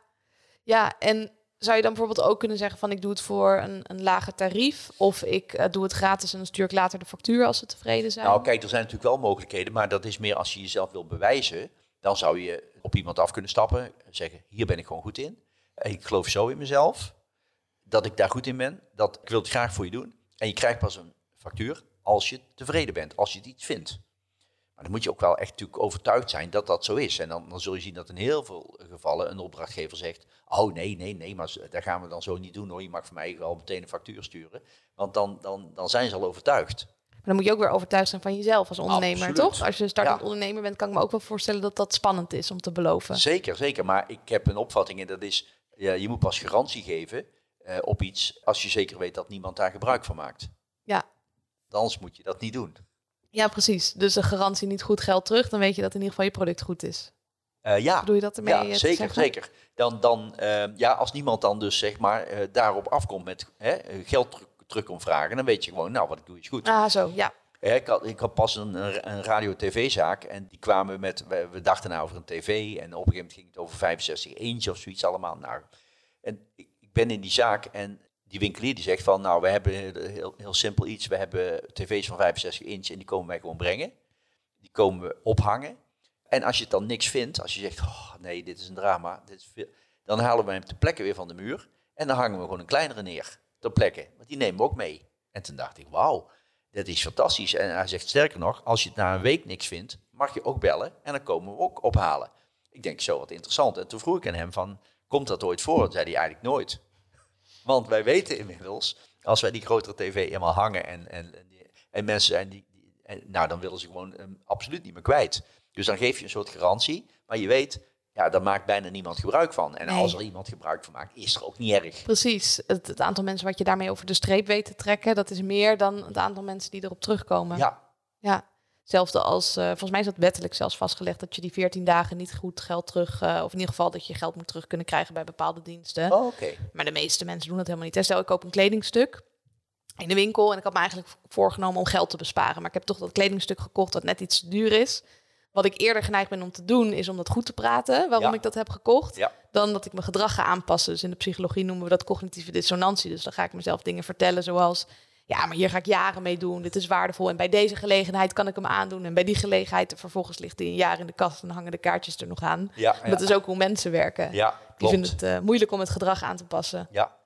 Ja, en zou je dan bijvoorbeeld ook kunnen zeggen van ik doe het voor een lager tarief of ik doe het gratis en dan stuur ik later de factuur als ze tevreden zijn? Nou kijk, er zijn natuurlijk wel mogelijkheden, maar dat is meer als je jezelf wil bewijzen, dan zou je op iemand af kunnen stappen en zeggen, hier ben ik gewoon goed in. Ik geloof zo in mezelf, dat ik daar goed in ben, dat ik wil het graag voor je doen. En je krijgt pas een factuur als je tevreden bent, als je het iets vindt. Maar dan moet je ook wel echt natuurlijk overtuigd zijn dat dat zo is. En dan zul je zien dat in heel veel gevallen een opdrachtgever zegt, oh nee, maar dat gaan we dan zo niet doen hoor. Je mag voor mij wel meteen een factuur sturen. Want dan zijn ze al overtuigd. Maar dan moet je ook weer overtuigd zijn van jezelf als ondernemer, Absoluut. toch? Als je startend ondernemer bent, kan ik me ook wel voorstellen dat dat spannend is om te beloven. Zeker. Maar ik heb een opvatting en dat is, je moet pas garantie geven op iets als je zeker weet dat niemand daar gebruik van maakt. Ja. Anders moet je dat niet doen. Ja, precies. Dus de garantie niet goed geld terug, dan weet je dat in ieder geval je product goed is. Bedoel je dat ermee? Ja, zeker. Als niemand dan dus zeg maar daarop afkomt met geld terug kon vragen, dan weet je gewoon, wat ik doe is goed. Zo, ja. Ik had pas een radio-tv-zaak en die kwamen we dachten over een tv en op een gegeven moment ging het over 65 inch of zoiets allemaal. En ik ben in die zaak en die winkelier die zegt van, we hebben heel simpel iets. We hebben tv's van 65 inch en die komen wij gewoon brengen. Die komen we ophangen. En als je het dan niks vindt, als je zegt, nee, dit is een drama. Dan halen we hem ter plekke weer van de muur. En dan hangen we gewoon een kleinere neer ter plekke. Want die nemen we ook mee. En toen dacht ik, wauw, dat is fantastisch. En hij zegt, sterker nog, als je het na een week niks vindt, mag je ook bellen. En dan komen we ook ophalen. Ik denk, zo wat interessant. En toen vroeg ik aan hem van, komt dat ooit voor? Toen zei hij eigenlijk nooit. Want wij weten inmiddels, als wij die grotere tv eenmaal hangen en mensen zijn dan willen ze gewoon absoluut niet meer kwijt. Dus dan geef je een soort garantie, maar je weet, daar maakt bijna niemand gebruik van. En als er iemand gebruik van maakt, is er ook niet erg. Precies. Het aantal mensen wat je daarmee over de streep weet te trekken, dat is meer dan het aantal mensen die erop terugkomen. Ja. Hetzelfde als, volgens mij is dat wettelijk zelfs vastgelegd, dat je die 14 dagen niet goed geld terug, of in ieder geval dat je geld moet terug kunnen krijgen bij bepaalde diensten. Oké. Maar de meeste mensen doen dat helemaal niet. Stel, ik koop een kledingstuk in de winkel en ik had me eigenlijk voorgenomen om geld te besparen. Maar ik heb toch dat kledingstuk gekocht dat net iets te duur is. wat ik eerder geneigd ben om te doen, is om dat goed te praten, waarom ik dat heb gekocht, dan dat ik mijn gedrag ga aanpassen. Dus in de psychologie noemen we dat cognitieve dissonantie. Dus dan ga ik mezelf dingen vertellen zoals, ja, maar hier ga ik jaren mee doen, dit is waardevol en bij deze gelegenheid kan ik hem aandoen en bij die gelegenheid vervolgens ligt hij een jaar in de kast en hangen de kaartjes er nog aan. Dat is ook hoe mensen werken. Die vinden het moeilijk om het gedrag aan te passen.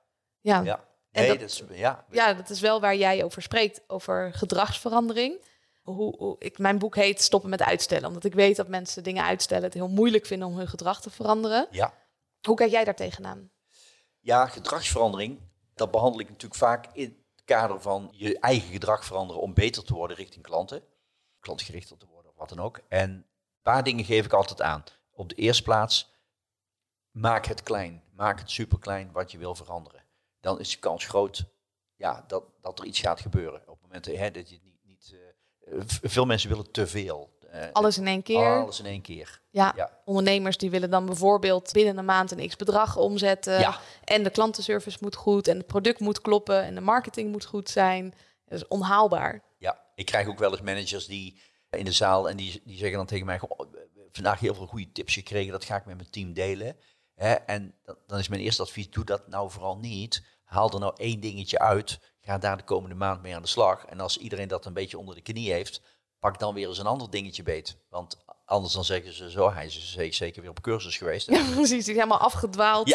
Dat is wel waar jij over spreekt, over gedragsverandering. Mijn boek heet Stoppen met uitstellen. Omdat ik weet dat mensen dingen uitstellen, het heel moeilijk vinden om hun gedrag te veranderen. Hoe kijk jij daar tegenaan? Ja, gedragsverandering, dat behandel ik natuurlijk vaak in het kader van je eigen gedrag veranderen om beter te worden richting klanten. Klantgerichter te worden of wat dan ook. En een paar dingen geef ik altijd aan. Op de eerste plaats, maak het klein. Maak het superklein wat je wil veranderen. Dan is de kans groot dat er iets gaat gebeuren. Op het moment dat je niet veel mensen willen te veel. Alles in één keer. Alles in één keer. Ja. Ondernemers die willen dan bijvoorbeeld binnen een maand een x-bedrag omzetten. Ja. En de klantenservice moet goed en het product moet kloppen en de marketing moet goed zijn. Dat is onhaalbaar. Ja, ik krijg ook wel eens managers die in de zaal en die zeggen dan tegen mij, vandaag heel veel goede tips gekregen, dat ga ik met mijn team delen. En dan is mijn eerste advies, doe dat nou vooral niet. Haal er nou 1 dingetje uit. Ga daar de komende maand mee aan de slag. En als iedereen dat een beetje onder de knie heeft, pak dan weer eens een ander dingetje beet. Want anders dan zeggen ze zo, hij is zeker weer op cursus geweest. Ja, precies. Die is helemaal afgedwaald.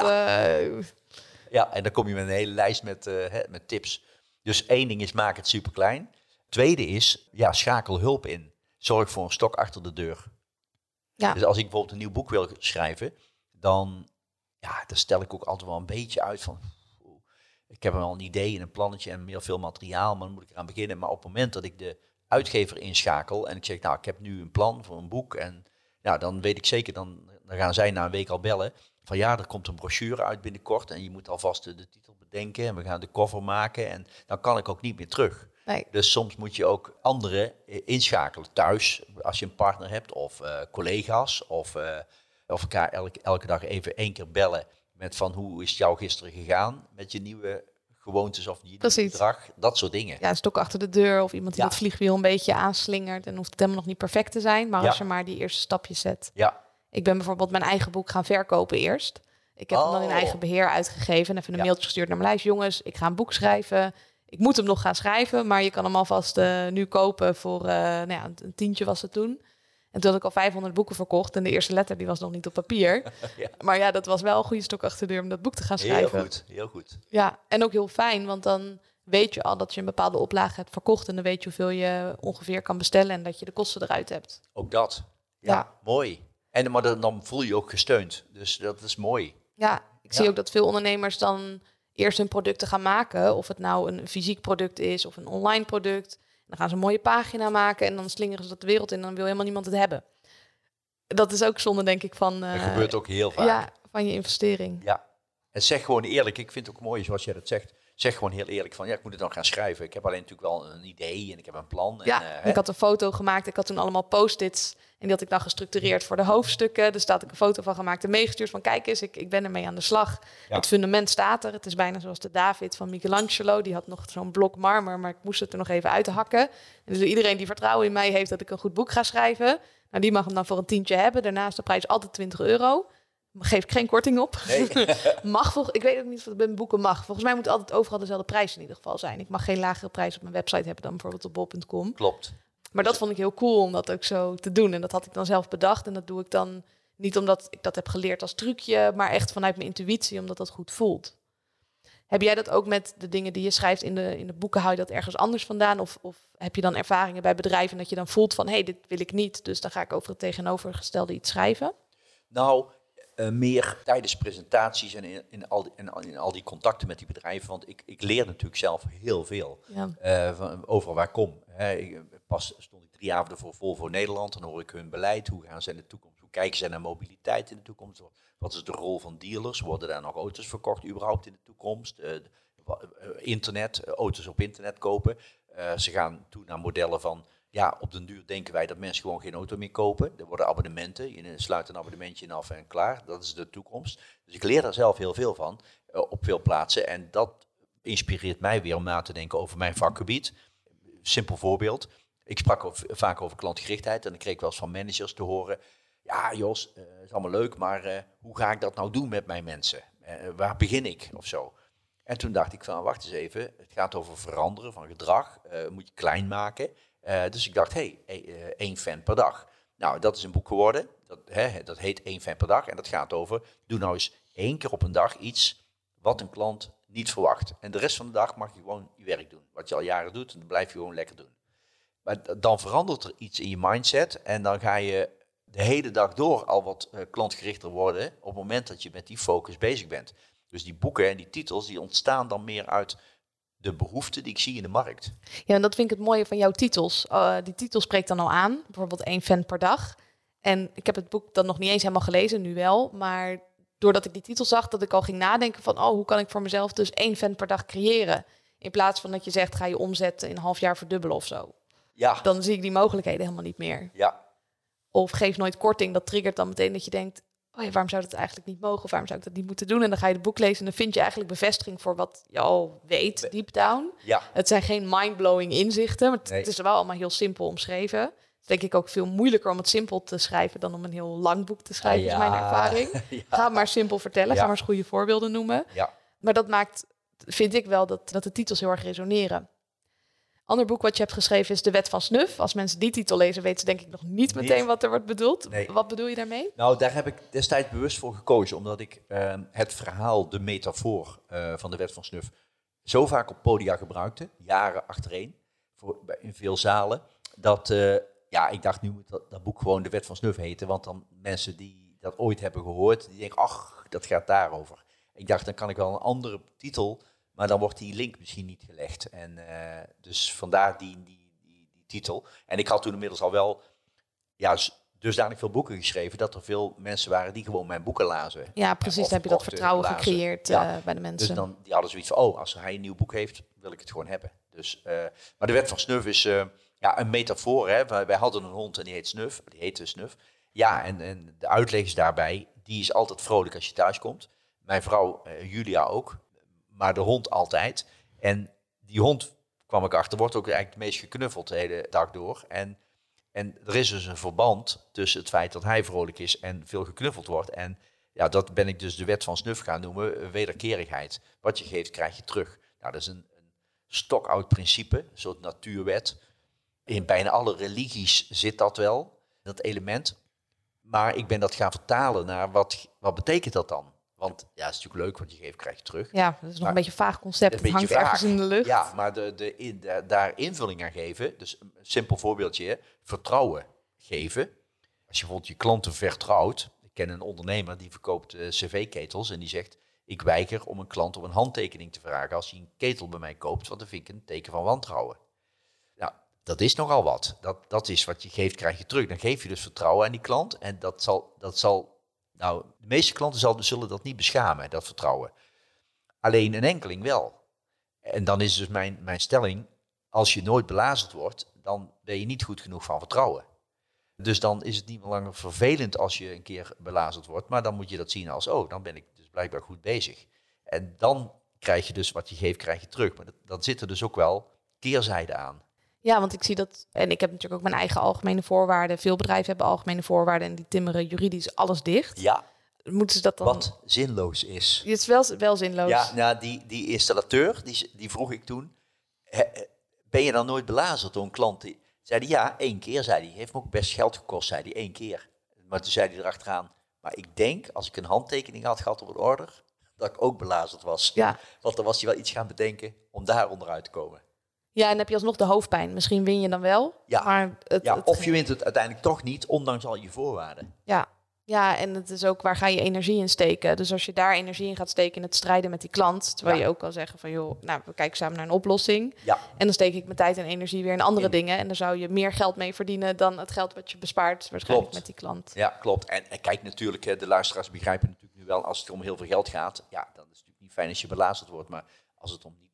Ja, en dan kom je met een hele lijst met tips. Dus 1 ding is, maak het superklein. Tweede is, schakel hulp in. Zorg voor een stok achter de deur. Ja. Dus als ik bijvoorbeeld een nieuw boek wil schrijven, dan stel ik ook altijd wel een beetje uit van, ik heb wel een idee en een plannetje en veel materiaal, maar dan moet ik eraan beginnen. Maar op het moment dat ik de uitgever inschakel en ik zeg, ik heb nu een plan voor een boek en dan weet ik zeker, dan gaan zij na een week al bellen van er komt een brochure uit binnenkort en je moet alvast de titel bedenken en we gaan de cover maken en dan kan ik ook niet meer terug. Nee. Dus soms moet je ook anderen inschakelen thuis, als je een partner hebt of collega's of elkaar elke dag even 1 keer bellen met van hoe is het jou gisteren gegaan met je nieuwe gewoontes of je nieuwe gedrag, dat soort dingen. Ja, een stok achter de deur of iemand die dat vliegwiel een beetje aanslingert en hoeft het helemaal nog niet perfect te zijn, maar als je maar die eerste stapjes zet. Ja. Ik ben bijvoorbeeld mijn eigen boek gaan verkopen eerst. Ik heb hem dan in eigen beheer uitgegeven en even een mailtje gestuurd naar mijn lijst. Jongens, ik ga een boek schrijven. Ik moet hem nog gaan schrijven, maar je kan hem alvast nu kopen voor een tientje was het toen. En toen had ik al 500 boeken verkocht en de eerste letter die was nog niet op papier. Maar dat was wel een goede stok achter de deur om dat boek te gaan schrijven. Heel goed. Ja, en ook heel fijn, want dan weet je al dat je een bepaalde oplage hebt verkocht en dan weet je hoeveel je ongeveer kan bestellen en dat je de kosten eruit hebt. Ook dat. Ja. Mooi. Maar dan voel je je ook gesteund. Dus dat is mooi. Ja, ik zie ook dat veel ondernemers dan eerst hun producten gaan maken. Of het nou een fysiek product is of een online product. Dan gaan ze een mooie pagina maken en dan slingeren ze dat de wereld in en dan wil helemaal niemand het hebben. Dat is ook zonde, denk ik, van... dat gebeurt ook heel vaak. Ja, van je investering. Ja, en zeg gewoon eerlijk. Ik vind het ook mooi zoals jij dat zegt. Zeg gewoon heel eerlijk van, ik moet het dan gaan schrijven. Ik heb alleen natuurlijk wel een idee en ik heb een plan. Ja, ik had een foto gemaakt. Ik had toen allemaal post-its. En die had ik dan gestructureerd voor de hoofdstukken. Dus daar had ik een foto van gemaakt en meegestuurd van, kijk eens, ik ben ermee aan de slag. Ja. Het fundament staat er. Het is bijna zoals de David van Michelangelo. Die had nog zo'n blok marmer, maar ik moest het er nog even uithakken. En dus iedereen die vertrouwen in mij heeft dat ik een goed boek ga schrijven, die mag hem dan voor een tientje hebben. Daarna is de prijs altijd €20. Geef ik geen korting op. Nee. Ik weet ook niet of het bij mijn boeken mag. Volgens mij moet altijd overal dezelfde prijs in ieder geval zijn. Ik mag geen lagere prijs op mijn website hebben dan bijvoorbeeld op bol.com. Klopt. Maar dat vond ik heel cool om dat ook zo te doen. En dat had ik dan zelf bedacht. En dat doe ik dan niet omdat ik dat heb geleerd als trucje, maar echt vanuit mijn intuïtie, omdat dat goed voelt. Heb jij dat ook met de dingen die je schrijft in de boeken? Hou je dat ergens anders vandaan? Of heb je dan ervaringen bij bedrijven dat je dan voelt van, dit wil ik niet, dus dan ga ik over het tegenovergestelde iets schrijven? Nou, meer tijdens presentaties en in al die contacten met die bedrijven. Want ik leer natuurlijk zelf heel veel over waar ik kom. Pas stond ik 3 avonden voor Volvo Nederland. Dan hoor ik hun beleid. Hoe gaan ze in de toekomst? Hoe kijken ze naar mobiliteit in de toekomst? Wat is de rol van dealers? Worden daar nog auto's verkocht überhaupt in de toekomst? Internet, auto's op internet kopen. Ze gaan toe naar modellen van, op den duur denken wij dat mensen gewoon geen auto meer kopen. Er worden abonnementen. Je sluit een abonnementje in af en klaar. Dat is de toekomst. Dus ik leer daar zelf heel veel van op veel plaatsen. En dat inspireert mij weer om na te denken over mijn vakgebied. Simpel voorbeeld. Ik sprak vaak over klantgerichtheid en dan kreeg ik wel eens van managers te horen, ja Jos, is allemaal leuk, maar hoe ga ik dat nou doen met mijn mensen? Waar begin ik of zo? En toen dacht ik van, wacht eens even, het gaat over veranderen van gedrag, moet je klein maken. Dus ik dacht, 1 fan per dag. Nou, dat is een boek geworden, dat heet 1 fan per dag en dat gaat over, doe nou eens 1 keer op een dag iets wat een klant niet verwacht. En de rest van de dag mag je gewoon je werk doen. Wat je al jaren doet, en dat blijf je gewoon lekker doen. Maar dan verandert er iets in je mindset en dan ga je de hele dag door al wat klantgerichter worden op het moment dat je met die focus bezig bent. Dus die boeken en die titels, die ontstaan dan meer uit de behoeften die ik zie in de markt. Ja, en dat vind ik het mooie van jouw titels. Die titel spreekt dan al aan, bijvoorbeeld 1 fan per dag. En ik heb het boek dan nog niet eens helemaal gelezen, nu wel. Maar doordat ik die titel zag, dat ik al ging nadenken van, hoe kan ik voor mezelf dus 1 fan per dag creëren? In plaats van dat je zegt, ga je omzet in een half jaar verdubbelen of zo. Ja. Dan zie ik die mogelijkheden helemaal niet meer. Ja. Of geef nooit korting, dat triggert dan meteen dat je denkt, waarom zou dat eigenlijk niet mogen? Of waarom zou ik dat niet moeten doen? En dan ga je het boek lezen en dan vind je eigenlijk bevestiging voor wat je al weet, deep down. Ja. Het zijn geen mind-blowing inzichten, maar Nee. het is wel allemaal heel simpel omschreven. Het is denk ik ook veel moeilijker om het simpel te schrijven dan om een heel lang boek te schrijven, is mijn ervaring. Ja. Ga het maar simpel vertellen, ga maar eens goede voorbeelden noemen. Ja. Maar dat maakt, vind ik wel, dat de titels heel erg resoneren. Ander boek wat je hebt geschreven is De Wet van Snuf. Als mensen die titel lezen, weten ze denk ik nog niet meteen wat er wordt bedoeld. Nee. Wat bedoel je daarmee? Nou, daar heb ik destijds bewust voor gekozen, omdat ik het verhaal, de metafoor van de Wet van Snuf, zo vaak op podia gebruikte, jaren achtereen, in veel zalen, dat ik dacht, nu moet dat boek gewoon De Wet van Snuf heten, want dan mensen die dat ooit hebben gehoord, die denken, ach, dat gaat daarover. Ik dacht, dan kan ik wel een andere titel, maar dan wordt die link misschien niet gelegd. En dus vandaar die titel. En ik had toen inmiddels al wel dusdanig veel boeken geschreven dat er veel mensen waren die gewoon mijn boeken lazen. Ja, precies. Dan heb je dat vertrouwen gecreëerd bij de mensen. Dus dan die hadden zoiets van, als hij een nieuw boek heeft, wil ik het gewoon hebben. Dus, maar de Wet van Snuf is een metafoor. Hè? Wij hadden een hond en die heette Snuf. Ja, en de uitleg is daarbij, die is altijd vrolijk als je thuis komt. Mijn vrouw Julia ook, maar de hond altijd. En die hond, kwam ik achter, wordt ook eigenlijk het meest geknuffeld de hele dag door. En er is dus een verband tussen het feit dat hij vrolijk is en veel geknuffeld wordt. En ja, dat ben ik dus de Wet van Snuf gaan noemen, wederkerigheid. Wat je geeft, krijg je terug. Nou, dat is een stokoud principe, een soort natuurwet. In bijna alle religies zit dat wel, dat element. Maar ik ben dat gaan vertalen naar wat betekent dat dan? Want ja, het is natuurlijk leuk, want je geeft, krijg je terug. Ja, dat is nog een beetje een vaag concept. Het hangt ergens in de lucht. Ja, maar daar invulling aan geven. Dus een simpel voorbeeldje, vertrouwen geven. Als je bijvoorbeeld je klanten vertrouwt. Ik ken een ondernemer die verkoopt cv-ketels en die zegt, ik weiger om een klant om een handtekening te vragen als hij een ketel bij mij koopt, want dat vind ik een teken van wantrouwen. Nou, dat is nogal wat. Dat is wat je geeft, krijg je terug. Dan geef je dus vertrouwen aan die klant en dat zal nou, de meeste klanten zullen dat niet beschamen, dat vertrouwen. Alleen een enkeling wel. En dan is dus mijn stelling, als je nooit belazerd wordt, dan ben je niet goed genoeg van vertrouwen. Dus dan is het niet meer langer vervelend als je een keer belazerd wordt, maar dan moet je dat zien als, dan ben ik dus blijkbaar goed bezig. En dan krijg je dus wat je geeft, krijg je terug. Maar dat zit er dus ook wel keerzijde aan. Ja, want ik zie dat, en ik heb natuurlijk ook mijn eigen algemene voorwaarden. Veel bedrijven hebben algemene voorwaarden en die timmeren juridisch alles dicht. Ja. Moeten ze dat dan... Wat zinloos is. Het is wel zinloos. Ja, nou, die installateur, die vroeg ik toen, ben je dan nooit belazerd door een klant? Die zei ja, 1 keer, zei hij. Heeft me ook best geld gekost, zei hij, 1 keer. Maar toen zei hij erachteraan, maar ik denk, als ik een handtekening had gehad op een order, dat ik ook belazerd was. Ja. Want dan was hij wel iets gaan bedenken om daar onderuit te komen. Ja, en heb je alsnog de hoofdpijn. Misschien win je dan wel. Ja, maar of je wint het uiteindelijk toch niet, ondanks al je voorwaarden. Ja, en het is ook, waar ga je energie in steken? Dus als je daar energie in gaat steken in het strijden met die klant, terwijl je ook kan zeggen van, joh, nou, we kijken samen naar een oplossing. Ja. En dan steek ik mijn tijd en energie weer in andere dingen. En dan zou je meer geld mee verdienen dan het geld wat je bespaart waarschijnlijk met die klant. Ja, klopt. En kijk, natuurlijk, de luisteraars begrijpen natuurlijk nu wel, als het om heel veel geld gaat, ja, dan is het natuurlijk niet fijn als je belazerd wordt. Maar als het om niet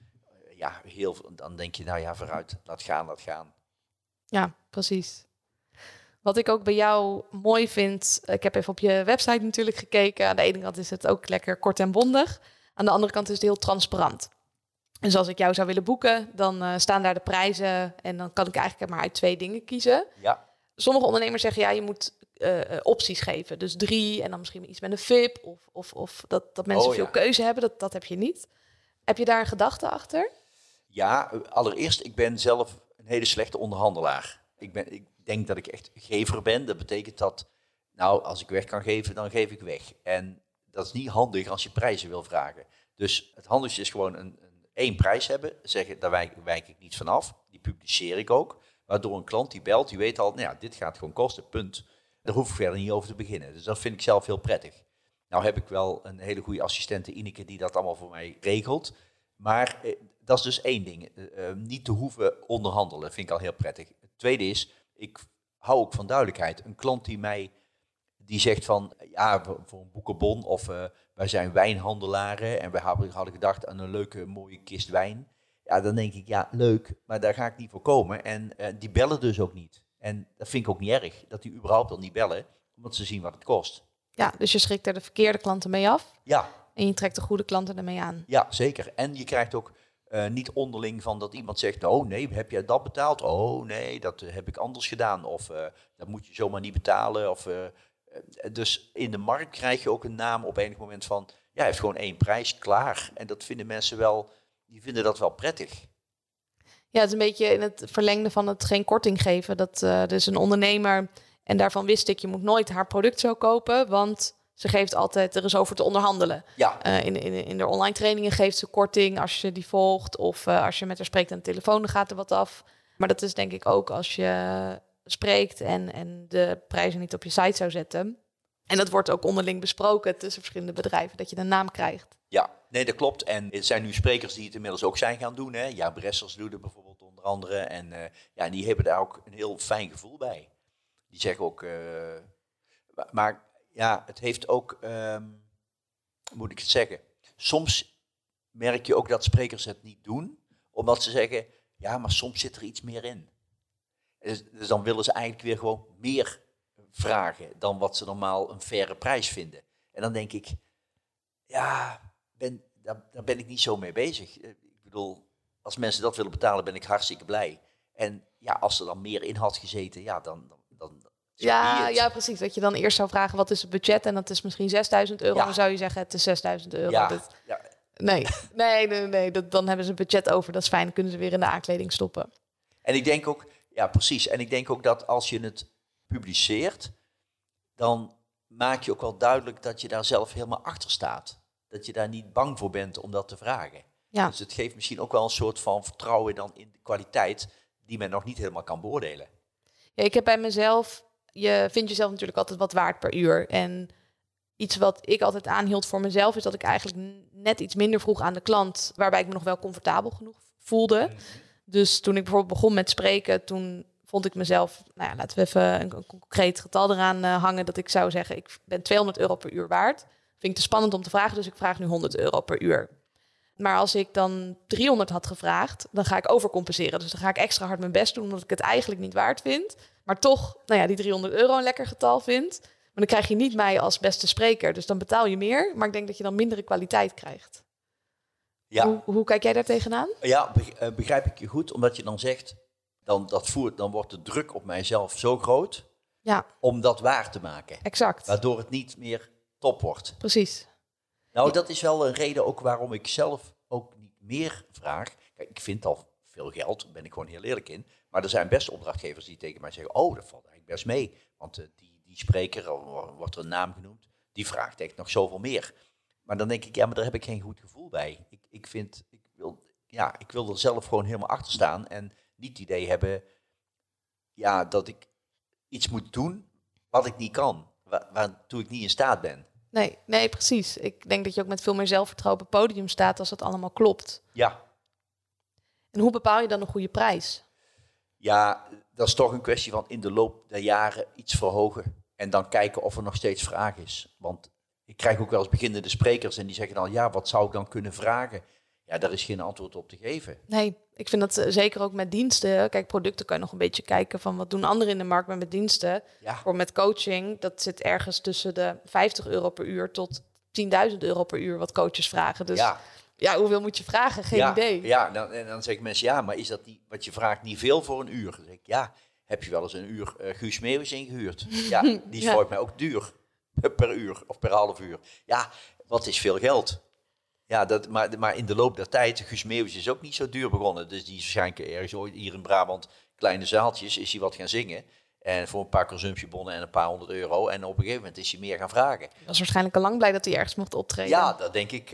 heel veel, dan denk je, nou ja, vooruit, laat gaan. Ja, precies. Wat ik ook bij jou mooi vind, ik heb even op je website natuurlijk gekeken. Aan de ene kant is het ook lekker kort en bondig. Aan de andere kant is het heel transparant. Dus als ik jou zou willen boeken, dan staan daar de prijzen en dan kan ik eigenlijk maar uit 2 dingen kiezen. Ja. Sommige ondernemers zeggen, je moet opties geven. Dus 3 en dan misschien iets met een VIP of dat mensen veel keuze hebben. Dat heb je niet. Heb je daar een gedachte achter? Ja, allereerst, ik ben zelf een hele slechte onderhandelaar. Ik denk dat ik echt gever ben. Dat betekent dat, als ik weg kan geven, dan geef ik weg. En dat is niet handig als je prijzen wil vragen. Dus het handigste is gewoon één prijs hebben. Zeggen, daar wijk ik niet vanaf. Die publiceer ik ook. Waardoor een klant die belt, die weet al, dit gaat gewoon kosten, punt. Daar hoef ik verder niet over te beginnen. Dus dat vind ik zelf heel prettig. Nou heb ik wel een hele goede assistente, Ineke, die dat allemaal voor mij regelt. Maar dat is dus één ding. Niet te hoeven onderhandelen vind ik al heel prettig. Het tweede is, ik hou ook van duidelijkheid. Een klant die zegt van, voor een boekenbon of wij zijn wijnhandelaren en we hadden gedacht aan een leuke mooie kist wijn. Ja, dan denk ik, leuk, maar daar ga ik niet voor komen. En die bellen dus ook niet. En dat vind ik ook niet erg, dat die überhaupt al niet bellen, omdat ze zien wat het kost. Ja, dus je schrikt er de verkeerde klanten mee af. Ja. En je trekt de goede klanten ermee aan. Ja, zeker. En je krijgt ook niet onderling van dat iemand zegt, oh nee, heb jij dat betaald? Oh nee, dat heb ik anders gedaan. Of dat moet je zomaar niet betalen. Dus in de markt krijg je ook een naam op enig moment van, hij heeft gewoon één prijs, klaar. En dat vinden mensen wel, die vinden dat wel prettig. Ja, het is een beetje in het verlengde van het geen korting geven. Dat dus een ondernemer, en daarvan wist ik, je moet nooit haar product zo kopen, want ze geeft altijd, er is over te onderhandelen. Ja. In de online trainingen geeft ze korting als je die volgt, of als je met haar spreekt aan de telefoon, dan gaat er wat af. Maar dat is denk ik ook als je spreekt en de prijzen niet op je site zou zetten. En dat wordt ook onderling besproken tussen verschillende bedrijven, dat je een naam krijgt. Ja, nee, dat klopt. En er zijn nu sprekers die het inmiddels ook zijn gaan doen. Hè. Ja, Bressers doet het bijvoorbeeld onder andere. En die hebben daar ook een heel fijn gevoel bij. Die zeggen ook, maar het heeft ook, moet ik het zeggen, soms merk je ook dat sprekers het niet doen, omdat ze zeggen, maar soms zit er iets meer in. Dus dan willen ze eigenlijk weer gewoon meer vragen dan wat ze normaal een faire prijs vinden. En dan denk ik, daar ben ik niet zo mee bezig. Ik bedoel, als mensen dat willen betalen, ben ik hartstikke blij. En als er dan meer in had gezeten, dan ja, precies. Dat je dan eerst zou vragen, wat is het budget? En dat is misschien €6.000. Dan zou je zeggen, het is €6.000. Nee, dan hebben ze een budget over. Dat is fijn, dan kunnen ze weer in de aankleding stoppen. En ik denk ook, precies. En ik denk ook dat als je het publiceert, dan maak je ook wel duidelijk dat je daar zelf helemaal achter staat. Dat je daar niet bang voor bent om dat te vragen. Ja. Dus het geeft misschien ook wel een soort van vertrouwen dan in de kwaliteit die men nog niet helemaal kan beoordelen. Ja, ik heb bij mezelf, je vindt jezelf natuurlijk altijd wat waard per uur. En iets wat ik altijd aanhield voor mezelf is dat ik eigenlijk net iets minder vroeg aan de klant, waarbij ik me nog wel comfortabel genoeg voelde. Mm-hmm. Dus toen ik bijvoorbeeld begon met spreken, toen vond ik mezelf, laten we even een concreet getal eraan hangen, dat ik zou zeggen, ik ben €200 per uur waard. Vind ik te spannend om te vragen, dus ik vraag nu €100 per uur. Maar als ik dan 300 had gevraagd, dan ga ik overcompenseren. Dus dan ga ik extra hard mijn best doen, omdat ik het eigenlijk niet waard vind. Maar toch, die €300 een lekker getal vind. Maar dan krijg je niet mij als beste spreker. Dus dan betaal je meer, maar ik denk dat je dan mindere kwaliteit krijgt. Ja. Hoe kijk jij daar tegenaan? Ja, begrijp ik je goed. Omdat je dan zegt, dan wordt de druk op mijzelf zo groot om dat waar te maken. Exact. Waardoor het niet meer top wordt. Precies. Nou, dat is wel een reden ook waarom ik zelf ook niet meer vraag. Kijk, ik vind al veel geld, daar ben ik gewoon heel eerlijk in. Maar er zijn best opdrachtgevers die tegen mij zeggen, dat valt eigenlijk best mee. Want die spreker, wordt er een naam genoemd, die vraagt echt nog zoveel meer. Maar dan denk ik, maar daar heb ik geen goed gevoel bij. Ik wil er zelf gewoon helemaal achter staan en niet het idee hebben, dat ik iets moet doen wat ik niet kan, waartoe ik niet in staat ben. Nee, precies. Ik denk dat je ook met veel meer zelfvertrouwen op het podium staat als het allemaal klopt. Ja. En hoe bepaal je dan een goede prijs? Ja, dat is toch een kwestie van in de loop der jaren iets verhogen en dan kijken of er nog steeds vraag is. Want ik krijg ook wel eens beginnende sprekers en die zeggen dan, wat zou ik dan kunnen vragen? Ja, daar is geen antwoord op te geven. Nee, ik vind dat zeker ook met diensten. Kijk, producten kan je nog een beetje kijken van wat doen anderen in de markt, maar met diensten. Ja. Of met coaching, dat zit ergens tussen de €50 per uur tot €10.000 per uur wat coaches vragen. Dus hoeveel moet je vragen? Geen idee. Ja, dan zeggen mensen, maar is dat niet wat je vraagt niet veel voor een uur? Dan zeg ik, heb je wel eens een uur Guus Meeuwis ingehuurd? Ja, die is volgens mij ook duur per uur of per half uur. Ja, wat is veel geld? Ja, maar in de loop der tijd, Guus Meeuwis is ook niet zo duur begonnen. Dus die is waarschijnlijk ergens ooit hier in Brabant, kleine zaaltjes, is hij wat gaan zingen. En voor een paar consumptiebonnen en een paar €100. En op een gegeven moment is hij meer gaan vragen. Dat was waarschijnlijk al lang blij dat hij ergens mocht optreden. Ja, dat denk ik,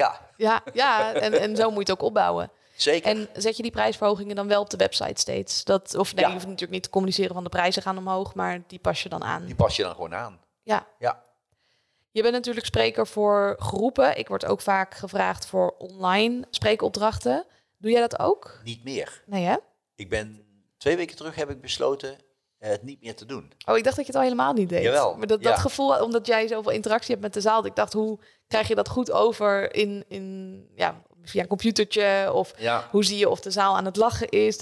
En zo moet je het ook opbouwen. Zeker. En zet je die prijsverhogingen dan wel op de website steeds? Je hoeft natuurlijk niet te communiceren van de prijzen gaan omhoog, maar die pas je dan aan. Die pas je dan gewoon aan. Ja. Ja. Je bent natuurlijk spreker voor groepen. Ik word ook vaak gevraagd voor online spreekopdrachten. Doe jij dat ook? Niet meer. Nee, hè? 2 weken terug heb ik besloten het niet meer te doen. Oh, ik dacht dat je het al helemaal niet deed. Jawel. Maar dat gevoel, omdat jij zoveel interactie hebt met de zaal. Ik dacht, hoe krijg je dat goed over via een computertje? Of hoe zie je of de zaal aan het lachen is?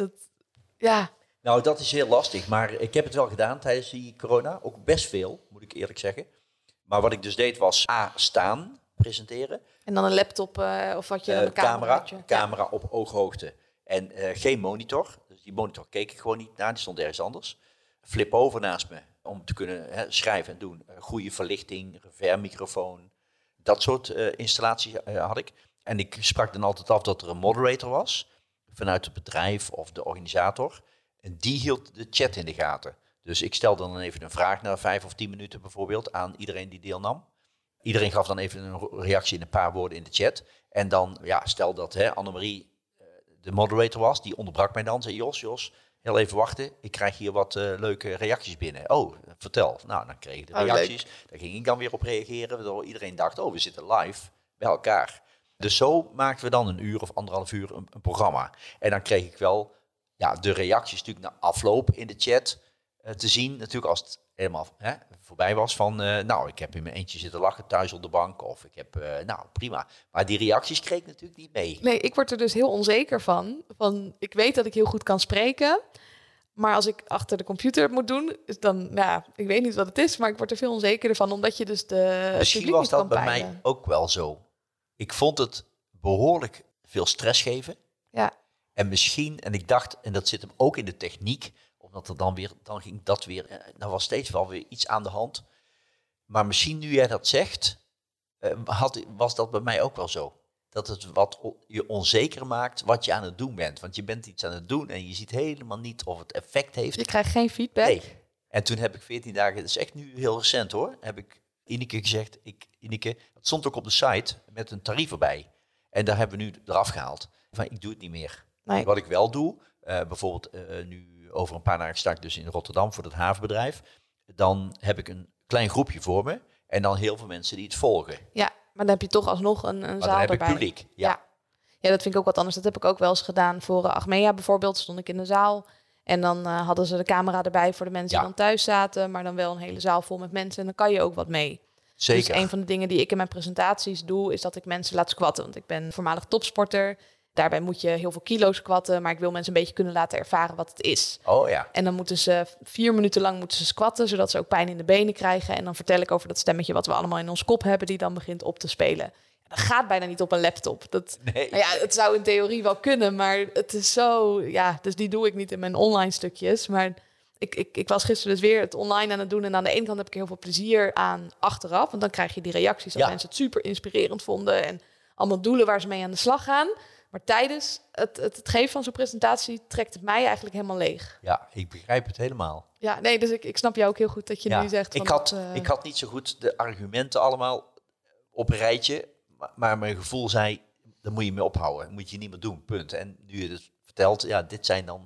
Nou, dat is heel lastig. Maar ik heb het wel gedaan tijdens die corona. Ook best veel, moet ik eerlijk zeggen. Maar wat ik dus deed was staan, presenteren. En dan een laptop of wat je een camera op ooghoogte. En geen monitor. Dus die monitor keek ik gewoon niet naar. Die stond ergens anders. Flip over naast me om te kunnen schrijven en doen. Goede verlichting, reverb-microfoon. Dat soort installaties had ik. En ik sprak dan altijd af dat er een moderator was. Vanuit het bedrijf of de organisator. En die hield de chat in de gaten. Dus ik stelde dan even een vraag na 5 of 10 minuten bijvoorbeeld aan iedereen die deelnam. Iedereen gaf dan even een reactie in een paar woorden in de chat. En dan, stel dat Annemarie de moderator was, die onderbrak mij dan. Zei Jos, heel even wachten. Ik krijg hier wat leuke reacties binnen. Oh, vertel. Nou, dan kreeg ik de reacties. Daar ging ik dan weer op reageren. Waardoor iedereen dacht, we zitten live bij elkaar. Dus zo maakten we dan 1 uur of 1,5 uur een programma. En dan kreeg ik wel de reacties natuurlijk na afloop in de chat te zien. Natuurlijk als het helemaal voorbij was van... ik heb in mijn eentje zitten lachen thuis op de bank. Of ik heb, prima. Maar die reacties kreeg ik natuurlijk niet mee. Nee, ik word er dus heel onzeker van. Ik weet dat ik heel goed kan spreken. Maar als ik achter de computer moet doen, is dan... ik weet niet wat het is, maar ik word er veel onzekerder van. Omdat je dus de Misschien was dat bij mij ook wel zo. Ik vond het behoorlijk veel stress geven. Ja. En misschien, en ik dacht, en dat zit hem ook in de techniek... omdat er dan ging dat weer... Dan was steeds wel weer iets aan de hand. Maar misschien nu jij dat zegt... was dat bij mij ook wel zo. Dat het wat je onzeker maakt wat je aan het doen bent. Want je bent iets aan het doen en je ziet helemaal niet of het effect heeft. Je krijgt geen feedback. Nee. En toen heb ik 14 dagen... Dat is echt nu heel recent hoor. Heb ik Ineke gezegd... Ineke, dat stond ook op de site met een tarief erbij. En daar hebben we nu eraf gehaald. Van, ik doe het niet meer. Nee. Wat ik wel doe... bijvoorbeeld nu over een paar dagen sta ik dus in Rotterdam voor het havenbedrijf. Dan heb ik een klein groepje voor me. En dan heel veel mensen die het volgen. Ja, maar dan heb je toch alsnog een zaal dan heb erbij. Ik publiek. Ja, dat vind ik ook wat anders. Dat heb ik ook wel eens gedaan voor Achmea bijvoorbeeld. Stond ik in de zaal. En dan hadden ze de camera erbij voor de mensen die dan thuis zaten. Maar dan wel een hele zaal vol met mensen. En dan kan je ook wat mee. Zeker. Dus een van de dingen die ik in mijn presentaties doe... is dat ik mensen laat squatten. Want ik ben voormalig topsporter... Daarbij moet je heel veel kilo's squatten, maar ik wil mensen een beetje kunnen laten ervaren wat het is. Oh ja. En dan moeten ze 4 minuten lang squatten, zodat ze ook pijn in de benen krijgen. En dan vertel ik over dat stemmetje wat we allemaal in ons kop hebben, die dan begint op te spelen. Dat gaat bijna niet op een laptop. Nee. Het zou in theorie wel kunnen, maar het is zo... dus die doe ik niet in mijn online stukjes. Maar ik was gisteren dus weer het online aan het doen. En aan de ene kant heb ik heel veel plezier aan achteraf. Want dan krijg je die reacties dat mensen het super inspirerend vonden. En allemaal doelen waar ze mee aan de slag gaan. Maar tijdens het geven van zo'n presentatie trekt het mij eigenlijk helemaal leeg. Ja, ik begrijp het helemaal. Ja, nee, dus ik snap jou ook heel goed dat je nu zegt... Ik had niet zo goed de argumenten allemaal op een rijtje. Maar mijn gevoel zei, daar moet je mee ophouden. Dat moet je niet meer doen, punt. En nu je het vertelt, dit zijn dan...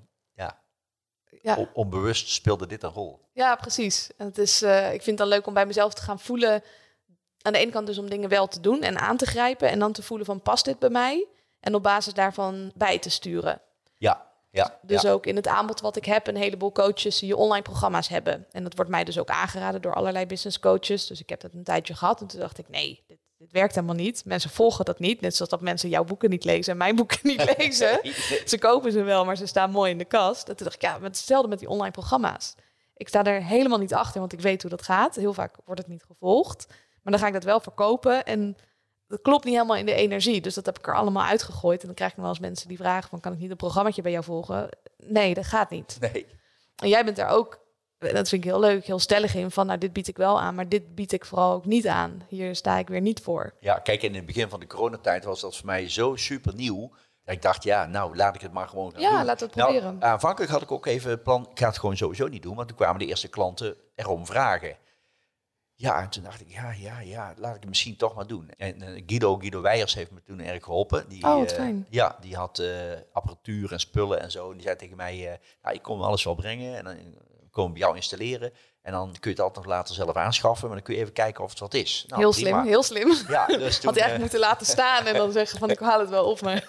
onbewust speelde dit een rol. Ja, precies. En het is, ik vind het dan leuk om bij mezelf te gaan voelen... Aan de ene kant dus om dingen wel te doen en aan te grijpen... en dan te voelen van, past dit bij mij? En op basis daarvan bij te sturen. Ja. Dus ook in het aanbod wat ik heb... een heleboel coaches die online programma's hebben. En dat wordt mij dus ook aangeraden door allerlei business coaches. Dus ik heb dat een tijdje gehad. En toen dacht ik, nee, dit werkt helemaal niet. Mensen volgen dat niet. Net zoals dat mensen jouw boeken niet lezen en mijn boeken niet lezen. Ze kopen ze wel, maar ze staan mooi in de kast. En toen dacht ik, hetzelfde met die online programma's. Ik sta er helemaal niet achter, want ik weet hoe dat gaat. Heel vaak wordt het niet gevolgd. Maar dan ga ik dat wel verkopen. En dat klopt niet helemaal in de energie. Dus dat heb ik er allemaal uitgegooid. En dan krijg ik nog wel eens mensen die vragen van, kan ik niet een programmaatje bij jou volgen? Nee, dat gaat niet. Nee. En jij bent daar ook, dat vind ik heel leuk, heel stellig in van, nou, dit bied ik wel aan, maar dit bied ik vooral ook niet aan. Hier sta ik weer niet voor. Ja, kijk, in het begin van de coronatijd was dat voor mij zo super nieuw. Dat ik dacht, ja, nou, laat ik het maar gewoon gaan doen. Ja, laten we het proberen. Aanvankelijk had ik ook even het plan, ik ga het gewoon sowieso niet doen. Want toen kwamen de eerste klanten erom vragen. Ja, en toen dacht ik, ja, laat ik het misschien toch maar doen. En Guido Weijers heeft me toen erg geholpen. Wat fijn. Ja, die had apparatuur en spullen en zo. En die zei tegen mij, ik kom alles wel brengen. En dan komen we bij jou installeren. En dan kun je het altijd nog later zelf aanschaffen. Maar dan kun je even kijken of het wat is. Nou, heel slim. Ja, dus toen, had hij eigenlijk moeten laten staan en dan zeggen van, ik haal het wel op. Maar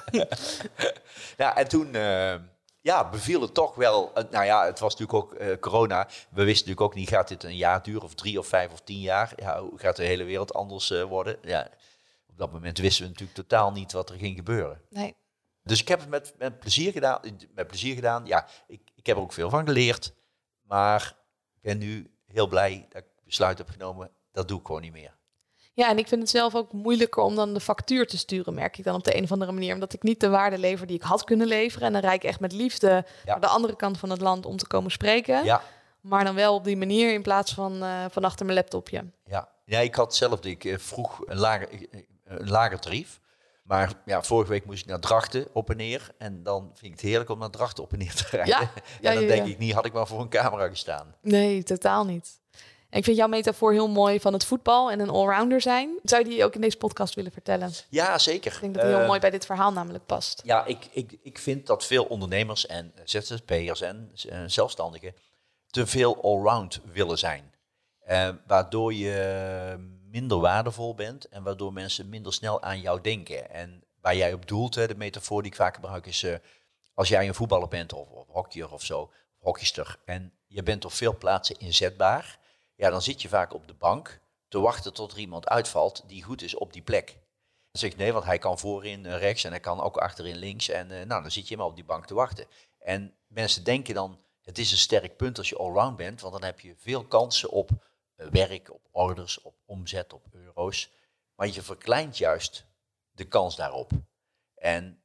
ja, en toen beviel het toch wel. Het was natuurlijk ook corona. We wisten natuurlijk ook niet, gaat dit een jaar duren of 3 of 5 of 10 jaar? Ja, hoe gaat de hele wereld anders worden? Ja, op dat moment wisten we natuurlijk totaal niet wat er ging gebeuren. Nee. Dus ik heb het met plezier gedaan. Ja, ik heb er ook veel van geleerd. Maar ik ben nu heel blij dat ik besluit heb genomen, dat doe ik gewoon niet meer. Ja, en ik vind het zelf ook moeilijker om dan de factuur te sturen, merk ik dan op de een of andere manier. Omdat ik niet de waarde lever die ik had kunnen leveren. En dan rijd ik echt met liefde naar de andere kant van het land om te komen spreken. Ja. Maar dan wel op die manier in plaats van achter mijn laptopje. Ja, ik had hetzelfde. Ik vroeg een lager tarief. Maar ja, vorige week moest ik naar Drachten op en neer. En dan vind ik het heerlijk om naar Drachten op en neer te rijden. Ja, en dan denk ik niet, had ik maar voor een camera gestaan. Nee, totaal niet. En ik vind jouw metafoor heel mooi van het voetbal en een allrounder zijn. Zou je die ook in deze podcast willen vertellen? Ja, zeker. Ik denk dat die heel mooi bij dit verhaal namelijk past. Ja, ik vind dat veel ondernemers en ZZP'ers en zelfstandigen te veel allround willen zijn. Waardoor je minder waardevol bent en waardoor mensen minder snel aan jou denken. En waar jij op doelt, de metafoor die ik vaak gebruik is, als jij een voetballer bent of hockeyer of zo, of hockeyster, en je bent op veel plaatsen inzetbaar, ja, dan zit je vaak op de bank te wachten tot er iemand uitvalt die goed is op die plek. Dan zeg ik nee, want hij kan voorin rechts en hij kan ook achterin links. En dan zit je maar op die bank te wachten. En mensen denken dan, het is een sterk punt als je allround bent, want dan heb je veel kansen op werk, op orders, op omzet, op euro's. Maar je verkleint juist de kans daarop. En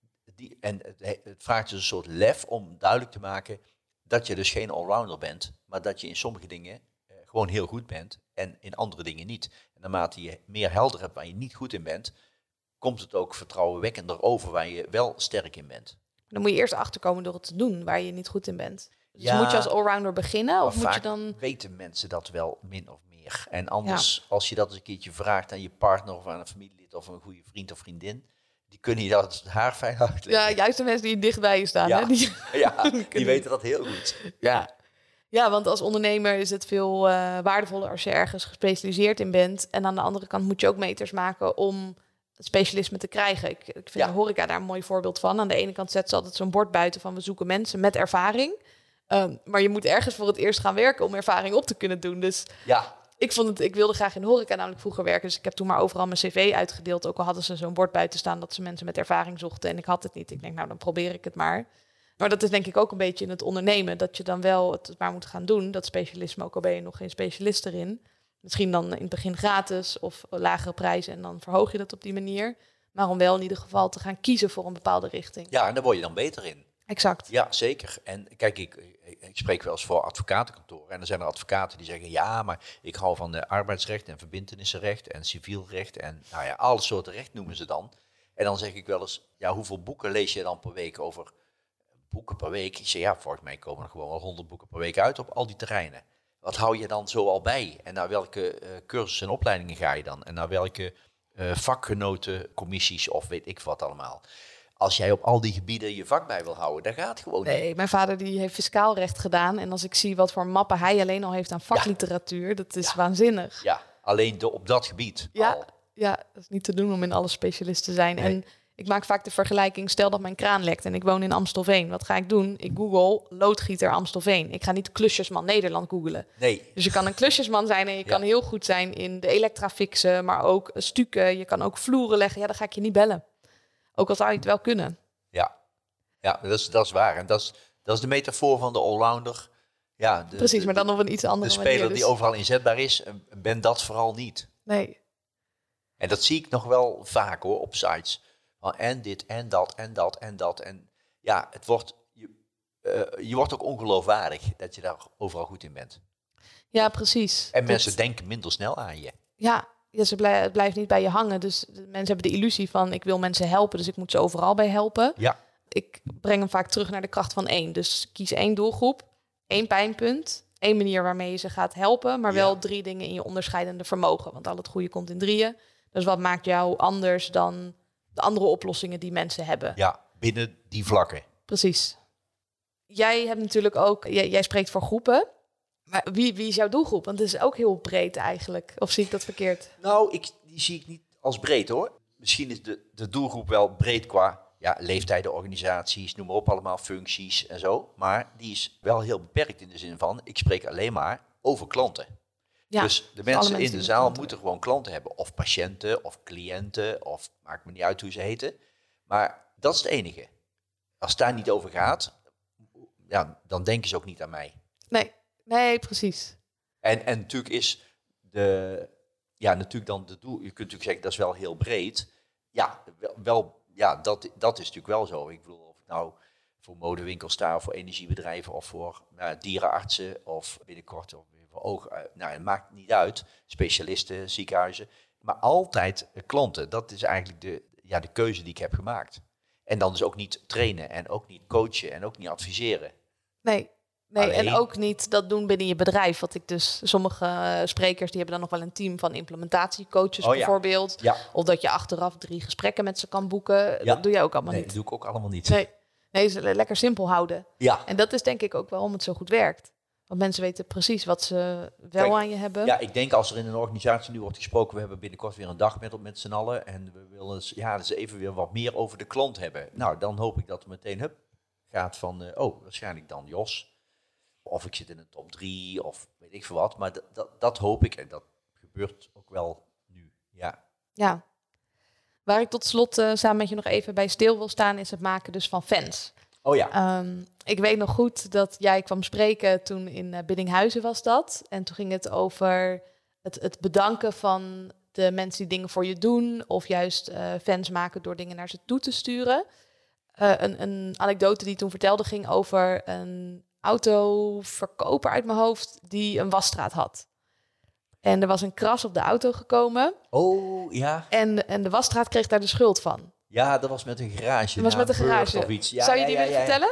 het vraagt dus een soort lef om duidelijk te maken dat je dus geen allrounder bent, maar dat je in sommige dingen gewoon heel goed bent en in andere dingen niet. En naarmate je meer helder hebt waar je niet goed in bent, komt het ook vertrouwenwekkender over waar je wel sterk in bent. Dan moet je eerst achterkomen door het te doen waar je niet goed in bent. Dus moet je als allrounder beginnen? Of moet je dan weten mensen dat wel min of meer. En anders, als je dat eens een keertje vraagt aan je partner of aan een familielid of een goede vriend of vriendin, die kunnen je dat haar fijn uitleggen. Ja, juist de mensen die dicht bij je staan. Ja, hè? Die weten dat heel goed. Ja, want als ondernemer is het veel waardevoller als je ergens gespecialiseerd in bent. En aan de andere kant moet je ook meters maken om specialisme te krijgen. Ik vind de horeca daar een mooi voorbeeld van. Aan de ene kant zet ze altijd zo'n bord buiten van we zoeken mensen met ervaring. Maar je moet ergens voor het eerst gaan werken om ervaring op te kunnen doen. Dus ik wilde graag in de horeca namelijk vroeger werken. Dus ik heb toen maar overal mijn cv uitgedeeld. Ook al hadden ze zo'n bord buiten staan dat ze mensen met ervaring zochten. En ik had het niet. Ik denk, nou dan probeer ik het maar. Maar dat is denk ik ook een beetje in het ondernemen. Dat je dan wel het maar moet gaan doen. Dat specialisme, ook al ben je nog geen specialist erin. Misschien dan in het begin gratis of lagere prijzen. En dan verhoog je dat op die manier. Maar om wel in ieder geval te gaan kiezen voor een bepaalde richting. Ja, en daar word je dan beter in. Exact. Ja, zeker. En kijk, ik spreek wel eens voor advocatenkantoren. En er zijn er advocaten die zeggen, ja, maar ik hou van de arbeidsrecht en verbintenissenrecht en civielrecht. En nou ja, alle soorten recht noemen ze dan. En dan zeg ik wel eens, ja, hoeveel boeken lees je dan per week over boeken per week? Ik zeg, ja, volgens mij komen er gewoon wel 100 boeken per week uit op al die terreinen. Wat hou je dan zo al bij? En naar welke cursussen en opleidingen ga je dan? En naar welke vakgenotencommissies of weet ik wat allemaal? Als jij op al die gebieden je vak bij wil houden, dan gaat het gewoon niet. Nee, mijn vader die heeft fiscaal recht gedaan. En als ik zie wat voor mappen hij alleen al heeft aan vakliteratuur, dat is waanzinnig. Ja, alleen op dat gebied al. Ja, dat is niet te doen om in alle specialist te zijn. Nee. En ik maak vaak de vergelijking, stel dat mijn kraan lekt en ik woon in Amstelveen. Wat ga ik doen? Ik google loodgieter Amstelveen. Ik ga niet klusjesman Nederland googlen. Nee. Dus je kan een klusjesman zijn en je kan heel goed zijn in de elektra fixen, maar ook stukken. Je kan ook vloeren leggen. Ja, dan ga ik je niet bellen. Ook al zou je het wel kunnen. Ja, dat is waar. En dat is de metafoor van de allrounder. Ja, precies, maar dan op een iets andere manier. De speler die overal inzetbaar is, ben dat vooral niet. Nee. En dat zie ik nog wel vaak hoor, op sites. En dit, en dat, en dat, en dat. En ja, je wordt ook ongeloofwaardig dat je daar overal goed in bent. Ja, precies. En mensen denken minder snel aan je. Ja, het blijft niet bij je hangen. Dus mensen hebben de illusie van, ik wil mensen helpen, dus ik moet ze overal bij helpen. Ja. Ik breng hem vaak terug naar de kracht van 1. Dus kies 1 doelgroep, 1 pijnpunt, 1 manier waarmee je ze gaat helpen, maar wel 3 dingen in je onderscheidende vermogen. Want al het goede komt in 3. Dus wat maakt jou anders dan de andere oplossingen die mensen hebben? Ja, binnen die vlakken. Precies. Jij hebt natuurlijk ook, jij spreekt voor groepen. Maar wie is jouw doelgroep? Want het is ook heel breed eigenlijk. Of zie ik dat verkeerd? Nou, die zie ik niet als breed hoor. Misschien is de doelgroep wel breed qua leeftijden, organisaties, noem maar op, allemaal functies en zo. Maar die is wel heel beperkt in de zin van, ik spreek alleen maar over klanten. Ja, dus de mensen in de zaal moeten gewoon klanten hebben. Of patiënten, of cliënten, of maakt me niet uit hoe ze heten. Maar dat is het enige. Als het daar niet over gaat, dan denken ze ook niet aan mij. Nee, precies. En natuurlijk is natuurlijk dan de doel. Je kunt natuurlijk zeggen, dat is wel heel breed. Ja, dat is natuurlijk wel zo. Ik bedoel, of ik nou voor modewinkels sta, of voor energiebedrijven, of voor dierenartsen, of binnenkort of voor ogen. Het maakt niet uit. Specialisten, ziekenhuizen. Maar altijd klanten. Dat is eigenlijk de keuze die ik heb gemaakt. En dan dus ook niet trainen en ook niet coachen en ook niet adviseren. Nee, en ook niet dat doen binnen je bedrijf. Wat ik dus, sommige sprekers die hebben dan nog wel een team van implementatiecoaches bijvoorbeeld. Ja. Of dat je achteraf 3 gesprekken met ze kan boeken. Ja. Dat doe jij ook allemaal niet. Nee, dat doe ik ook allemaal niet. Nee, ze lekker simpel houden. Ja. En dat is denk ik ook waarom het zo goed werkt. Want mensen weten precies wat ze aan je hebben. Ja, ik denk als er in een organisatie nu wordt gesproken, we hebben binnenkort weer een dag met z'n allen. En we willen dus even weer wat meer over de klant hebben. Nou, dan hoop ik dat er meteen gaat van, waarschijnlijk dan Jos. Of ik zit in een top 3 of weet ik veel wat. Maar dat hoop ik en dat gebeurt ook wel nu, Ja. Waar ik tot slot samen met je nog even bij stil wil staan is het maken dus van fans. Oh ja. Ik weet nog goed dat jij kwam spreken toen in Biddinghuizen was dat. En toen ging het over het bedanken van de mensen die dingen voor je doen. Of juist fans maken door dingen naar ze toe te sturen. Een anekdote die toen vertelde ging over een autoverkoper uit mijn hoofd die een wasstraat had. En er was een kras op de auto gekomen. Oh, ja. En de wasstraat kreeg daar de schuld van. Ja, dat was met een garage. Dat was met een garage. Of iets. Ja, zou je die willen vertellen?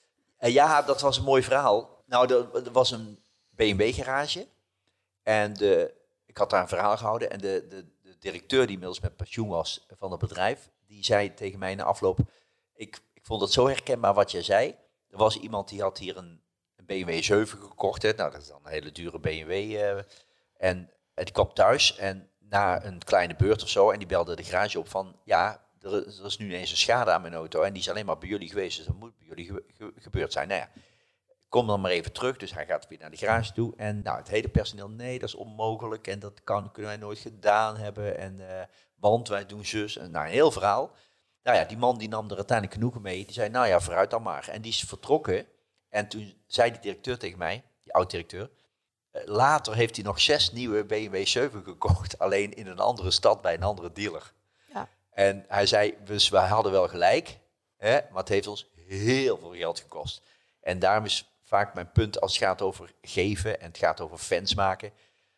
Ja, dat was een mooi verhaal. Nou, er was een BMW-garage. En ik had daar een verhaal gehouden. En de directeur die inmiddels met pensioen was van het bedrijf, die zei tegen mij na afloop, ik vond het zo herkenbaar wat jij zei. Er was iemand die had hier een BMW 7 gekocht. Hè. Nou, dat is dan een hele dure BMW. En die kwam thuis en na een kleine beurt of zo, en die belde de garage op van, ja, er is nu ineens een schade aan mijn auto en die is alleen maar bij jullie geweest, dus dat moet bij jullie gebeurd zijn. Nou ja, kom dan maar even terug. Dus hij gaat weer naar de garage toe en het hele personeel, nee, dat is onmogelijk en dat kunnen wij nooit gedaan hebben en want wij doen zus. En een heel verhaal. Nou ja, die man die nam er uiteindelijk genoegen mee. Die zei, nou ja, vooruit dan maar. En die is vertrokken. En toen zei die directeur tegen mij, die oud-directeur, later heeft hij nog 6 nieuwe BMW 7 gekocht. Alleen in een andere stad bij een andere dealer. Ja. En hij zei, dus wij hadden wel gelijk. Maar het heeft ons heel veel geld gekost. En daarom is vaak mijn punt als het gaat over geven en het gaat over fans maken.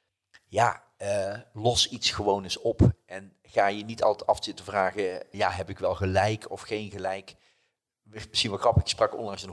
Ja, los iets gewoon eens op. En ga je niet altijd af zitten vragen, ja, heb ik wel gelijk of geen gelijk? Misschien wel grappig, ik sprak onlangs een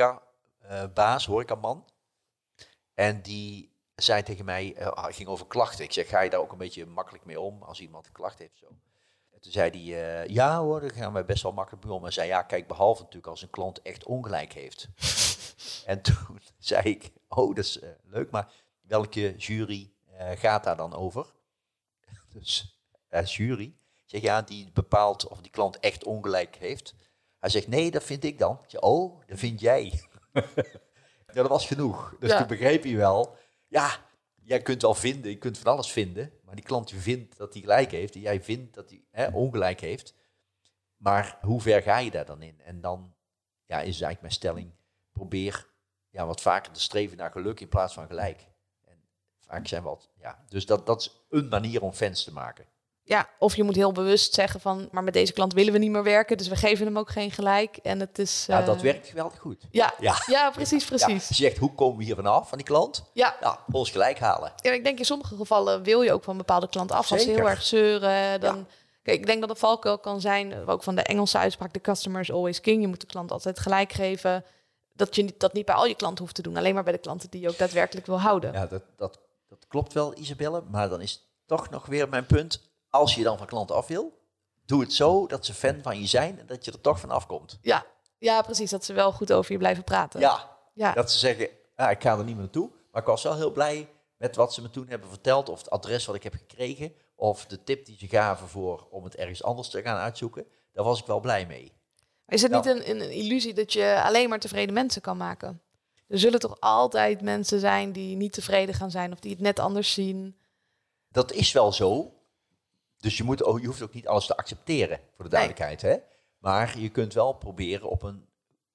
horecaman. En die zei tegen mij, het ging over klachten. Ik zeg, ga je daar ook een beetje makkelijk mee om als iemand een klacht heeft? Zo. En toen zei hij, ja hoor, daar gaan wij best wel makkelijk mee om. En zei, ja, kijk, behalve natuurlijk als een klant echt ongelijk heeft. En toen zei ik, dat is leuk, maar welke jury gaat daar dan over? Dus jury. Ik zeg, ja, die bepaalt of die klant echt ongelijk heeft. Hij zegt, nee, dat vind ik dan. Ik zeg, dat vind jij. Ja, dat was genoeg. Dus toen begreep hij wel, ja, jij kunt wel vinden, je kunt van alles vinden, maar die klant vindt dat hij gelijk heeft en jij vindt dat hij ongelijk heeft. Maar hoe ver ga je daar dan in? En dan is eigenlijk mijn stelling, probeer wat vaker te streven naar geluk in plaats van gelijk. En vaak zijn we dus dat is een manier om fans te maken. Ja, of je moet heel bewust zeggen van, maar met deze klant willen we niet meer werken, dus we geven hem ook geen gelijk. En het is... Ja, dat werkt geweldig goed. Ja, precies. Ja, je zegt, hoe komen we hier vanaf, van die klant? Ja. Ons gelijk halen. Ja, ik denk in sommige gevallen wil je ook van een bepaalde klant af. Als ze heel erg zeuren, dan... Kijk, ik denk dat de valkuil kan zijn, ook van de Engelse uitspraak, the customer is always king. Je moet de klant altijd gelijk geven. Dat je dat niet bij al je klanten hoeft te doen. Alleen maar bij de klanten die je ook daadwerkelijk wil houden. Ja, dat klopt wel, Isabelle. Maar dan is toch nog weer mijn punt. Als je dan van klanten af wil, doe het zo dat ze fan van je zijn en dat je er toch van afkomt. Ja, precies. Dat ze wel goed over je blijven praten. Ja. Dat ze zeggen, ik ga er niet meer naartoe. Maar ik was wel heel blij met wat ze me toen hebben verteld. Of het adres wat ik heb gekregen. Of de tip die ze gaven voor om het ergens anders te gaan uitzoeken. Daar was ik wel blij mee. Is het niet een illusie dat je alleen maar tevreden mensen kan maken? Er zullen toch altijd mensen zijn die niet tevreden gaan zijn of die het net anders zien? Dat is wel zo. Dus je hoeft ook niet alles te accepteren, voor de duidelijkheid. Hè? Maar je kunt wel proberen op een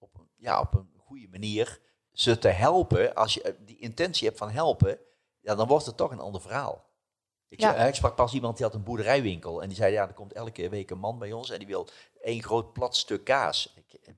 goede manier ze te helpen. Als je die intentie hebt van helpen, dan wordt het toch een ander verhaal. Ik sprak pas iemand die had een boerderijwinkel. En die zei, er komt elke week een man bij ons en die wil 1 groot plat stuk kaas.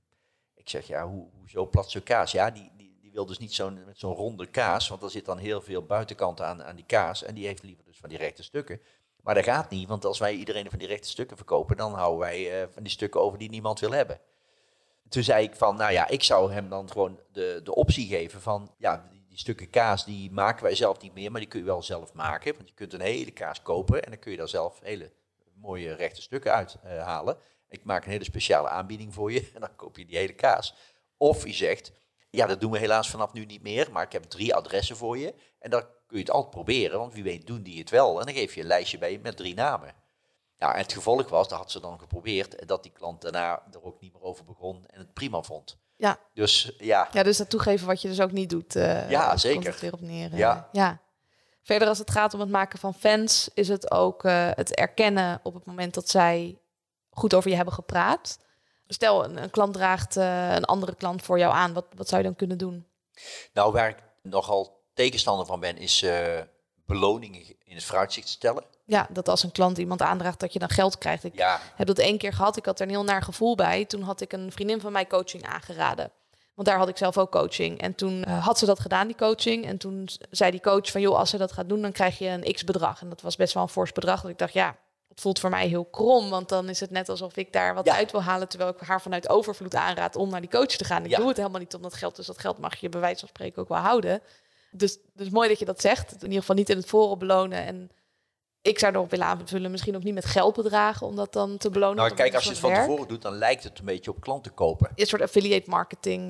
Ik zeg, hoezo plat stuk kaas? Ja, die wil dus niet met zo'n ronde kaas, want er zit dan heel veel buitenkant aan die kaas. En die heeft liever dus van die rechte stukken. Maar dat gaat niet, want als wij iedereen van die rechte stukken verkopen, dan houden wij van die stukken over die niemand wil hebben. Toen zei ik van, ik zou hem dan gewoon de optie geven van, die stukken kaas, die maken wij zelf niet meer, maar die kun je wel zelf maken. Want je kunt een hele kaas kopen en dan kun je daar zelf hele mooie rechte stukken uit halen. Ik maak een hele speciale aanbieding voor je en dan koop je die hele kaas. Of je zegt, dat doen we helaas vanaf nu niet meer, maar ik heb 3 adressen voor je. En dan kun je het altijd proberen, want wie weet doen die het wel. En dan geef je een lijstje bij met 3 namen. En het gevolg was, dat had ze dan geprobeerd, dat die klant daarna er ook niet meer over begon en het prima vond. Ja. Dus dus dat toegeven wat je dus ook niet doet. Zeker. Komt het weer op neer. Ja. Verder als het gaat om het maken van fans, is het ook het erkennen op het moment dat zij goed over je hebben gepraat. Stel, een klant draagt een andere klant voor jou aan. Wat zou je dan kunnen doen? Nou, waar ik nogal tegenstander van ben, is beloningen in het vooruitzicht stellen. Ja, dat als een klant iemand aandraagt dat je dan geld krijgt. Ik heb dat 1 keer gehad. Ik had er een heel naar gevoel bij. Toen had ik een vriendin van mij coaching aangeraden. Want daar had ik zelf ook coaching. En toen had ze dat gedaan, die coaching. En toen zei die coach van, als ze dat gaat doen, dan krijg je een x-bedrag. En dat was best wel een fors bedrag. Dat ik dacht, het voelt voor mij heel krom. Want dan is het net alsof ik daar wat uit wil halen, terwijl ik haar vanuit overvloed aanraad om naar die coach te gaan. Ik doe het helemaal niet om dat geld. Dus dat geld mag je bij wijze van spreken ook wel houden. Dus mooi dat je dat zegt. In ieder geval niet in het voren belonen. En ik zou erop willen aanvullen, misschien ook niet met geldbedragen om dat dan te belonen. Nou, kijk, als je het van tevoren doet, dan lijkt het een beetje op klanten kopen. Een soort affiliate marketing.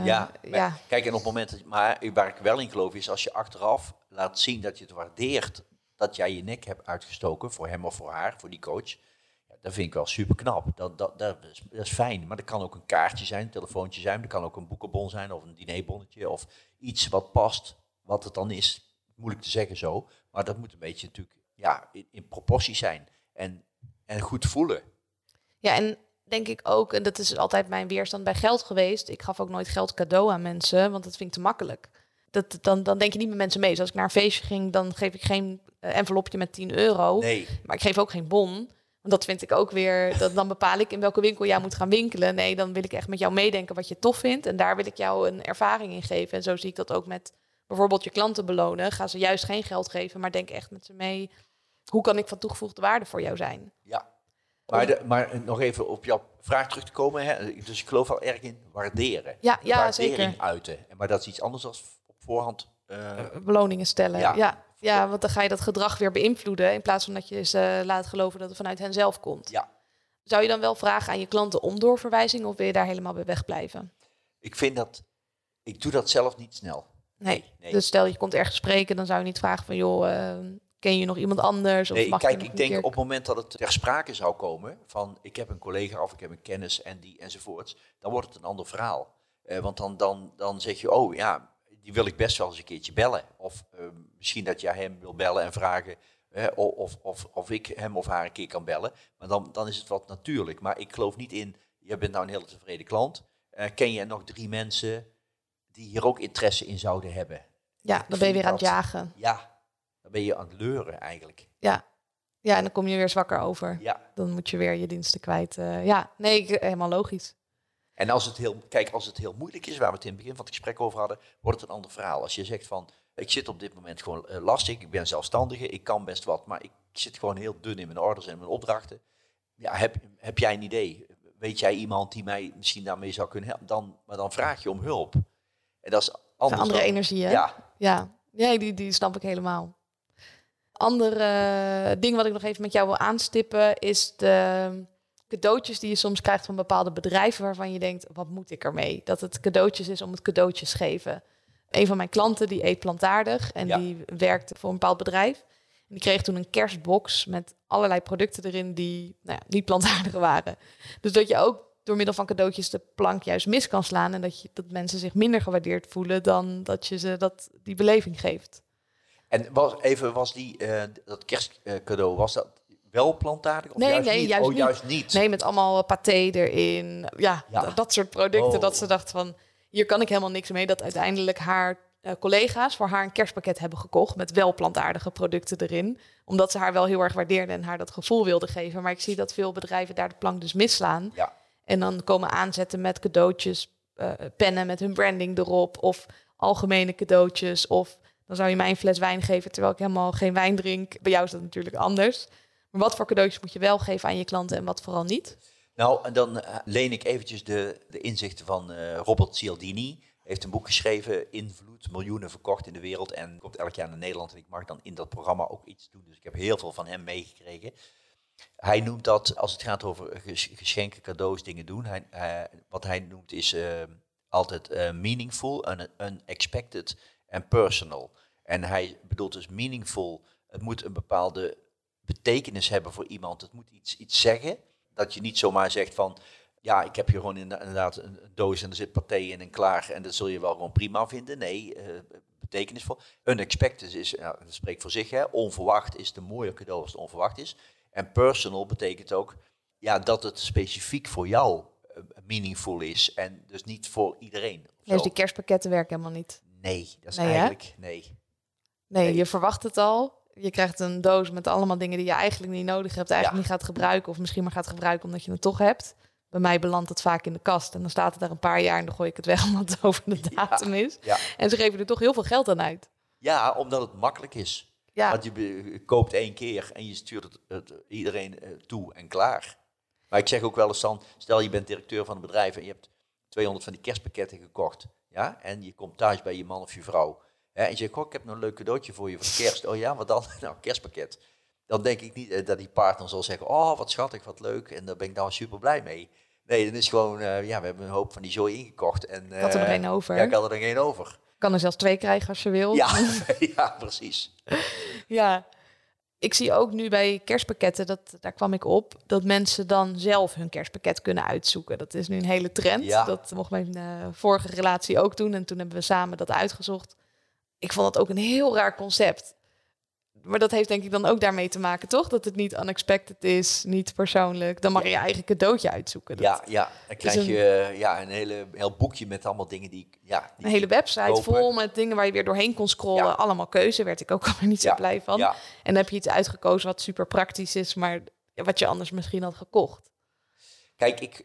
Kijk, en op het moment, waar ik wel in geloof, is als je achteraf laat zien dat je het waardeert dat jij je nek hebt uitgestoken voor hem of voor haar, voor die coach. Dat vind ik wel super knap. Dat is fijn. Maar dat kan ook een kaartje zijn, een telefoontje zijn. Dat kan ook een boekenbon zijn of een dinerbonnetje of iets wat past. Wat het dan is, moeilijk te zeggen zo. Maar dat moet een beetje natuurlijk in proportie zijn. En goed voelen. Ja, en denk ik ook, en dat is altijd mijn weerstand bij geld geweest. Ik gaf ook nooit geld cadeau aan mensen, want dat vind ik te makkelijk. Dan denk je niet met mensen mee. Dus als ik naar een feestje ging, dan geef ik geen envelopje met €10. Nee. Maar ik geef ook geen bon. Want dat vind ik ook weer, dan bepaal ik in welke winkel jij moet gaan winkelen. Nee, dan wil ik echt met jou meedenken wat je tof vindt. En daar wil ik jou een ervaring in geven. En zo zie ik dat ook met bijvoorbeeld je klanten belonen. Ga ze juist geen geld geven, maar denk echt met ze mee. Hoe kan ik van toegevoegde waarde voor jou zijn? Ja, maar nog even op jouw vraag terug te komen. Hè? Dus ik geloof wel erg in waarderen. Ja, waardering zeker. Uiten. Maar dat is iets anders dan op voorhand. Beloningen stellen. Ja, want dan ga je dat gedrag weer beïnvloeden. In plaats van dat je ze laat geloven dat het vanuit hen zelf komt. Ja. Zou je dan wel vragen aan je klanten om doorverwijzing of wil je daar helemaal bij wegblijven? Ik doe dat zelf niet snel. Nee. Dus stel je komt ergens spreken, dan zou je niet vragen van ken je nog iemand anders? Of mag kijk, ik denk op het moment dat het ter sprake zou komen van ik heb een collega of ik heb een kennis en die enzovoorts, dan wordt het een ander verhaal. Want dan zeg je, die wil ik best wel eens een keertje bellen. Of misschien dat jij hem wil bellen en vragen of ik hem of haar een keer kan bellen. Maar dan is het wat natuurlijk. Maar ik geloof niet in, je bent nou een hele tevreden klant. Ken je nog 3 mensen die hier ook interesse in zouden hebben? Ja, dan ben je weer aan het jagen. Ja, dan ben je aan het leuren eigenlijk. Ja, Ja, en dan kom je weer zwakker over. Ja. Dan moet je weer je diensten kwijt. Helemaal logisch. En als het heel moeilijk is, waar we het in het begin van het gesprek over hadden, wordt het een ander verhaal. Als je zegt van, ik zit op dit moment gewoon lastig, ik ben zelfstandige, ik kan best wat, maar ik zit gewoon heel dun in mijn orders en mijn opdrachten. Ja, heb jij een idee? Weet jij iemand die mij misschien daarmee zou kunnen helpen? Maar dan vraag je om hulp. En dat is anders. Andere energie, hè? Ja, die snap ik helemaal. Andere ding wat ik nog even met jou wil aanstippen is de cadeautjes die je soms krijgt van bepaalde bedrijven waarvan je denkt, wat moet ik ermee? Dat het cadeautjes is om het cadeautjes geven. Een van mijn klanten die eet plantaardig en die werkte voor een bepaald bedrijf. En die kreeg toen een kerstbox met allerlei producten erin die niet plantaardig waren. Dus dat je ook door middel van cadeautjes de plank juist mis kan slaan en dat mensen zich minder gewaardeerd voelen dan dat je ze die beleving geeft. En was dat kerstcadeau, was dat wel plantaardig? Of juist niet? Nee, met allemaal paté erin. Ja. Dat soort producten. Dat ze dacht van, hier kan ik helemaal niks mee. Dat uiteindelijk haar collega's voor haar een kerstpakket hebben gekocht met wel plantaardige producten erin. Omdat ze haar wel heel erg waardeerden en haar dat gevoel wilden geven. Maar ik zie dat veel bedrijven daar de plank dus misslaan. Ja. En dan komen aanzetten met cadeautjes, pennen met hun branding erop. Of algemene cadeautjes. Of dan zou je mij een fles wijn geven terwijl ik helemaal geen wijn drink. Bij jou is dat natuurlijk anders. Maar wat voor cadeautjes moet je wel geven aan je klanten en wat vooral niet? Nou, en dan leen ik eventjes de inzichten van Robert Cialdini. Hij heeft een boek geschreven, Invloed, miljoenen verkocht in de wereld. En komt elk jaar naar Nederland en ik mag dan in dat programma ook iets doen. Dus ik heb heel veel van hem meegekregen. Hij noemt dat, als het gaat over geschenken, cadeaus, dingen doen. Wat hij noemt is altijd meaningful, unexpected en personal. En hij bedoelt dus meaningful, het moet een bepaalde betekenis hebben voor iemand. Het moet iets zeggen, dat je niet zomaar zegt van, ja, ik heb hier gewoon inderdaad een doos en er zit paté in en klaar. En dat zul je wel gewoon prima vinden. Nee, betekenisvol. Unexpected is, dat spreekt voor zich, hè. Onverwacht is de mooie cadeau als het onverwacht is. En personal betekent ook dat het specifiek voor jou meaningful is en dus niet voor iedereen. Dus die kerstpakketten werken helemaal niet? Nee, dat is eigenlijk Nee, je verwacht het al. Je krijgt een doos met allemaal dingen die je eigenlijk niet nodig hebt, eigenlijk niet gaat gebruiken of misschien maar gaat gebruiken omdat je het toch hebt. Bij mij belandt het vaak in de kast en dan staat het daar een paar jaar en dan gooi ik het weg omdat het over de datum is. Ja. En ze geven er toch heel veel geld aan uit. Ja, omdat het makkelijk is. Ja. Want je koopt 1 keer en je stuurt het iedereen toe en klaar. Maar ik zeg ook wel eens dan, stel je bent directeur van een bedrijf en je hebt 200 van die kerstpakketten gekocht. Ja? En je komt thuis bij je man of je vrouw. Ja, en je zegt, ik heb nog een leuk cadeautje voor je voor kerst. Oh ja, wat dan? Nou, kerstpakket. Dan denk ik niet dat die partner zal zeggen, oh, wat schattig, wat leuk. En daar ben ik nou super blij mee. Nee, dan is gewoon, we hebben een hoop van die zooi ingekocht. En, ik had er nog 1 over. Ja, ik had er nog 1 over. Ik kan er zelfs 2 krijgen als je wil. Ja, precies. Ja, ik zie ook nu bij kerstpakketten, daar kwam ik op, dat mensen dan zelf hun kerstpakket kunnen uitzoeken. Dat is nu een hele trend. Ja. Dat mocht mijn vorige relatie ook doen. En toen hebben we samen dat uitgezocht. Ik vond dat ook een heel raar concept. Maar dat heeft denk ik dan ook daarmee te maken, toch? Dat het niet unexpected is, niet persoonlijk. Dan mag je je eigen cadeautje uitzoeken. Dan krijg je een heel boekje met allemaal dingen die een hele website kopen. Vol met dingen waar je weer doorheen kon scrollen. Ja. Allemaal keuze, werd ik ook alweer niet zo blij van. Ja. En dan heb je iets uitgekozen wat super praktisch is, maar wat je anders misschien had gekocht. Kijk,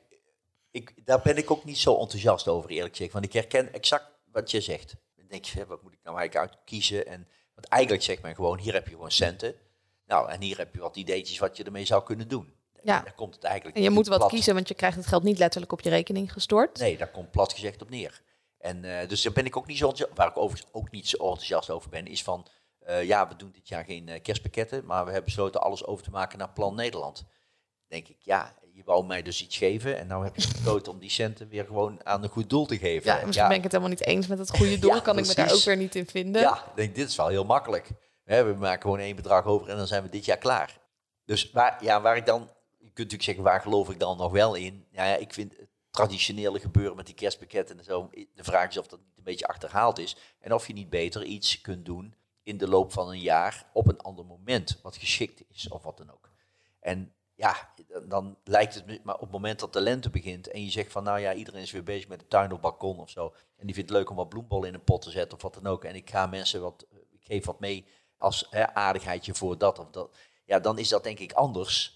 daar ben ik ook niet zo enthousiast over, eerlijk gezegd. Want ik herken exact wat je zegt. Dan denk je, wat moet ik nou eigenlijk uitkiezen? Want eigenlijk zegt men gewoon, hier heb je gewoon centen. Nou, en hier heb je wat ideetjes wat je ermee zou kunnen doen. Ja. Daar komt het eigenlijk en je moet wat kiezen, want je krijgt het geld niet letterlijk op je rekening gestort. Nee, daar komt plat gezegd op neer. En dus daar ben ik ook niet zo enthousiast. Waar ik overigens ook niet zo enthousiast over ben, is van, we doen dit jaar geen kerstpakketten, maar we hebben besloten alles over te maken naar Plan Nederland. Denk ik, je wou mij dus iets geven en nou heb je besloten om die centen weer gewoon aan een goed doel te geven. Ja, misschien ben ik het helemaal niet eens met het goede doel. Kan ik me daar ook weer niet in vinden. Ja, ik denk, dit is wel heel makkelijk. We maken gewoon 1 bedrag over en dan zijn we dit jaar klaar. Dus waar ik dan, je kunt natuurlijk zeggen, waar geloof ik dan nog wel in? Ja, ik vind het traditionele gebeuren met die kerstpakketten en zo, de vraag is of dat niet een beetje achterhaald is. En of je niet beter iets kunt doen in de loop van een jaar op een ander moment, wat geschikt is of wat dan ook. En dan lijkt het, maar op het moment dat de lente begint en je zegt van, iedereen is weer bezig met de tuin of balkon of zo, en die vindt het leuk om wat bloembollen in een pot te zetten of wat dan ook, en ik ga mensen ik geef wat mee als aardigheidje voor dat of dat. ja, dan is dat denk ik anders.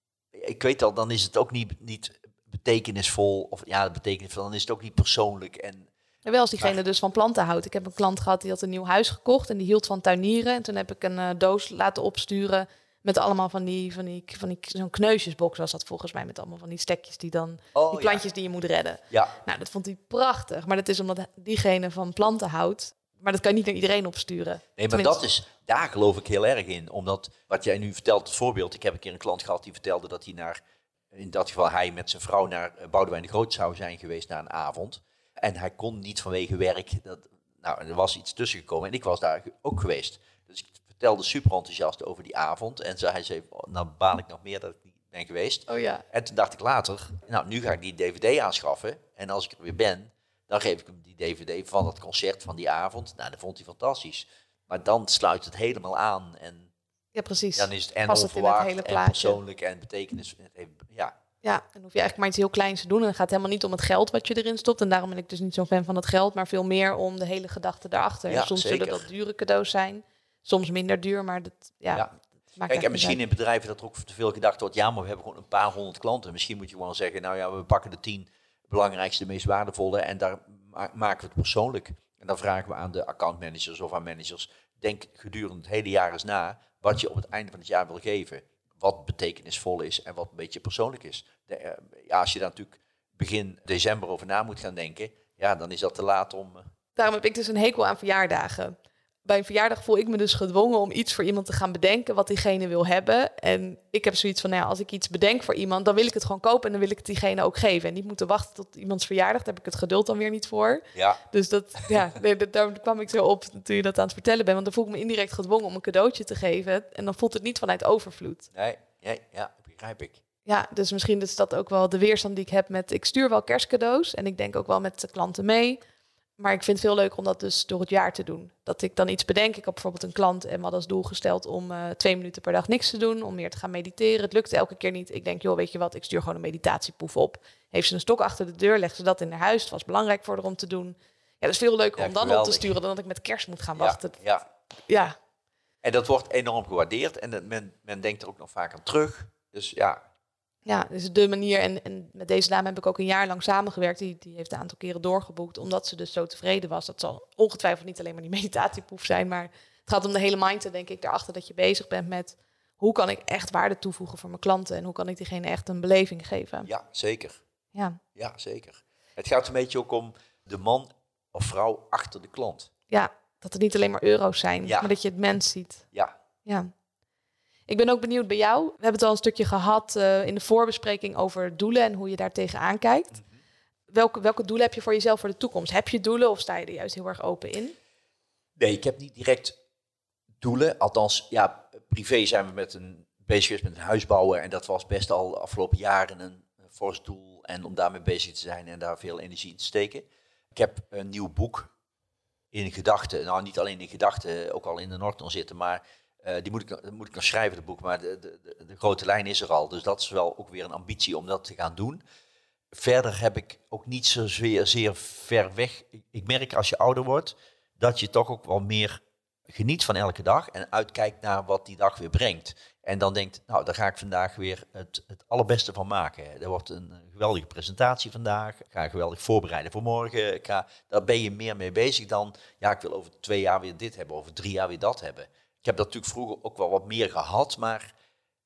Ik weet al, dan is het ook niet betekenisvol. Of ja, betekenisvol, dan is het ook niet persoonlijk. En wel als diegene dus van planten houdt. Ik heb een klant gehad die had een nieuw huis gekocht en die hield van tuinieren. En toen heb ik een doos laten opsturen met allemaal van die zo'n kneusjesbox was dat volgens mij, met allemaal van die stekjes die dan die plantjes die je moet redden. Ja. Nou, dat vond hij prachtig. Maar dat is omdat diegene van planten houdt. Maar dat kan je niet naar iedereen opsturen. Nee, maar daar geloof ik heel erg in. Omdat wat jij nu vertelt, het voorbeeld. Ik heb een keer een klant gehad die vertelde dat hij in dat geval hij met zijn vrouw naar Boudewijn de Groot zou zijn geweest na een avond. En hij kon niet vanwege werk. Er was iets tussen gekomen en ik was daar ook geweest. Dus ik vertelde super enthousiast over die avond. En hij zei, nou baal ik nog meer dat ik niet ben geweest. Oh ja. En toen dacht ik later, nou nu ga ik die DVD aanschaffen. En als ik er weer ben, dan geef ik hem die DVD van het concert van die avond. Nou, dat vond hij fantastisch. Maar dan sluit het helemaal aan. En ja, precies. dan is het en past onverwacht het en persoonlijk en betekenis. Ja. Ja, dan hoef je eigenlijk maar iets heel kleins te doen. En het gaat helemaal niet om het geld wat je erin stopt. En daarom ben ik dus niet zo'n fan van het geld. Maar veel meer om de hele gedachte daarachter. Ja, soms zeker. zullen dat dure cadeaus zijn. Soms minder duur, maar dat maakt Kijk, en misschien in bedrijven dat er ook te veel gedacht wordt. Ja, maar we hebben gewoon een paar honderd klanten. Misschien moet je gewoon zeggen, nou ja, we pakken de 10 belangrijkste, meest waardevolle. En daar maken we het persoonlijk. En dan vragen we aan de accountmanagers of aan managers. Denk gedurende het hele jaar eens na wat je op het einde van het jaar wil geven. Wat betekenisvol is en wat een beetje persoonlijk is. Als je daar natuurlijk begin december over na moet gaan denken, ja, dan is dat te laat om... Daarom heb ik dus een hekel aan verjaardagen. Bij een verjaardag voel ik me dus gedwongen om iets voor iemand te gaan bedenken wat diegene wil hebben. En ik heb zoiets van, nou ja, als ik iets bedenk voor iemand, dan wil ik het gewoon kopen en dan wil ik het diegene ook geven. En niet moeten wachten tot iemands verjaardag, daar heb ik het geduld dan weer niet voor. Ja. Dus daar kwam ik zo op toen je dat aan het vertellen bent. Want dan voel ik me indirect gedwongen om een cadeautje te geven. En dan voelt het niet vanuit overvloed. Nee, ja, begrijp ik. Ja, dus misschien is dat ook wel de weerstand die ik heb met... Ik stuur wel kerstcadeaus en ik denk ook wel met de klanten mee. Maar ik vind het veel leuker om dat dus door het jaar te doen. Dat ik dan iets bedenk. Ik heb bijvoorbeeld een klant en we hadden als doel gesteld om 2 minuten per dag niks te doen. Om meer te gaan mediteren. Het lukt elke keer niet. Ik denk, joh, weet je wat, ik stuur gewoon een meditatiepoef op. Heeft ze een stok achter de deur, legt ze dat in haar huis. Het was belangrijk voor haar om te doen. Ja, dat is veel leuker om dan op te sturen dan dat ik met kerst moet gaan wachten. Ja. En dat wordt enorm gewaardeerd. En men denkt er ook nog vaak aan terug. Dus ja... Ja, dus de manier, en met deze dame heb ik ook een jaar lang samengewerkt. Die heeft een aantal keren doorgeboekt, omdat ze dus zo tevreden was. Dat zal ongetwijfeld niet alleen maar die meditatieproef zijn, maar het gaat om de hele mindset, denk ik, daarachter dat je bezig bent met hoe kan ik echt waarde toevoegen voor mijn klanten en hoe kan ik diegene echt een beleving geven. Ja, zeker. Ja, Zeker. Het gaat een beetje ook om de man of vrouw achter de klant. Ja, dat het niet alleen maar euro's zijn, maar dat je het mens ziet. Ja. Ik ben ook benieuwd bij jou. We hebben het al een stukje gehad in de voorbespreking over doelen en hoe je daar tegenaan kijkt. Mm-hmm. Welke doelen heb je voor jezelf voor de toekomst? Heb je doelen of sta je er juist heel erg open in? Nee, ik heb niet direct doelen. Althans, ja, privé zijn we bezig met een huis bouwen. En dat was best al de afgelopen jaren een fors doel. En om daarmee bezig te zijn en daar veel energie in te steken. Ik heb een nieuw boek in gedachten. Nou, niet alleen in gedachten, ook al in de Noord zitten, maar... die moet ik nog schrijven, het boek, maar de grote lijn is er al. Dus dat is wel ook weer een ambitie om dat te gaan doen. Verder heb ik ook niet zo zeer ver weg. Ik merk als je ouder wordt, dat je toch ook wel meer geniet van elke dag en uitkijkt naar wat die dag weer brengt. En dan denkt, nou, daar ga ik vandaag weer het allerbeste van maken. Er wordt een geweldige presentatie vandaag. Ik ga geweldig voorbereiden voor morgen. Daar ben je meer mee bezig dan, ja, ik wil over 2 jaar weer dit hebben, over 3 jaar weer dat hebben. Ik heb dat natuurlijk vroeger ook wel wat meer gehad, maar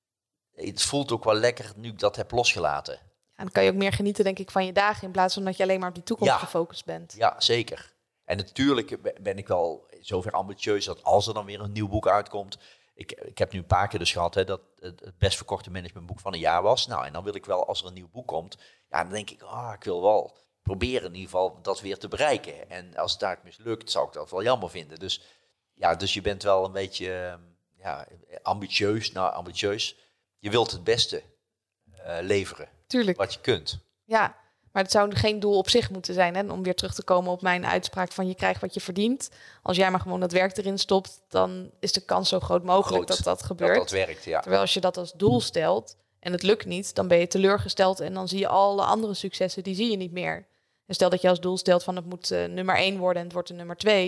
het voelt ook wel lekker nu ik dat heb losgelaten. En dan kan je ook meer genieten, denk ik, van je dagen in plaats van dat je alleen maar op die toekomst gefocust bent. Ja, zeker. En natuurlijk ben ik wel zover ambitieus dat als er dan weer een nieuw boek uitkomt... Ik heb nu een paar keer dus gehad dat het best verkochte managementboek van een jaar was. Nou, en dan wil ik wel, als er een nieuw boek komt, ja, dan denk ik, ik wil wel proberen in ieder geval dat weer te bereiken. En als het daar mislukt, zou ik dat wel jammer vinden. Dus je bent wel een beetje ambitieus. Nou, ambitieus. Je wilt het beste leveren. Tuurlijk. Wat je kunt. Ja, maar het zou geen doel op zich moeten zijn. Hè? Om weer terug te komen op mijn uitspraak van je krijgt wat je verdient. Als jij maar gewoon dat werk erin stopt, dan is de kans zo groot mogelijk dat gebeurt. Dat werkt, ja. Terwijl als je dat als doel stelt en het lukt niet, dan ben je teleurgesteld en dan zie je alle andere successen, die zie je niet meer. En stel dat je als doel stelt van het moet nummer 1 worden en het wordt de nummer 2...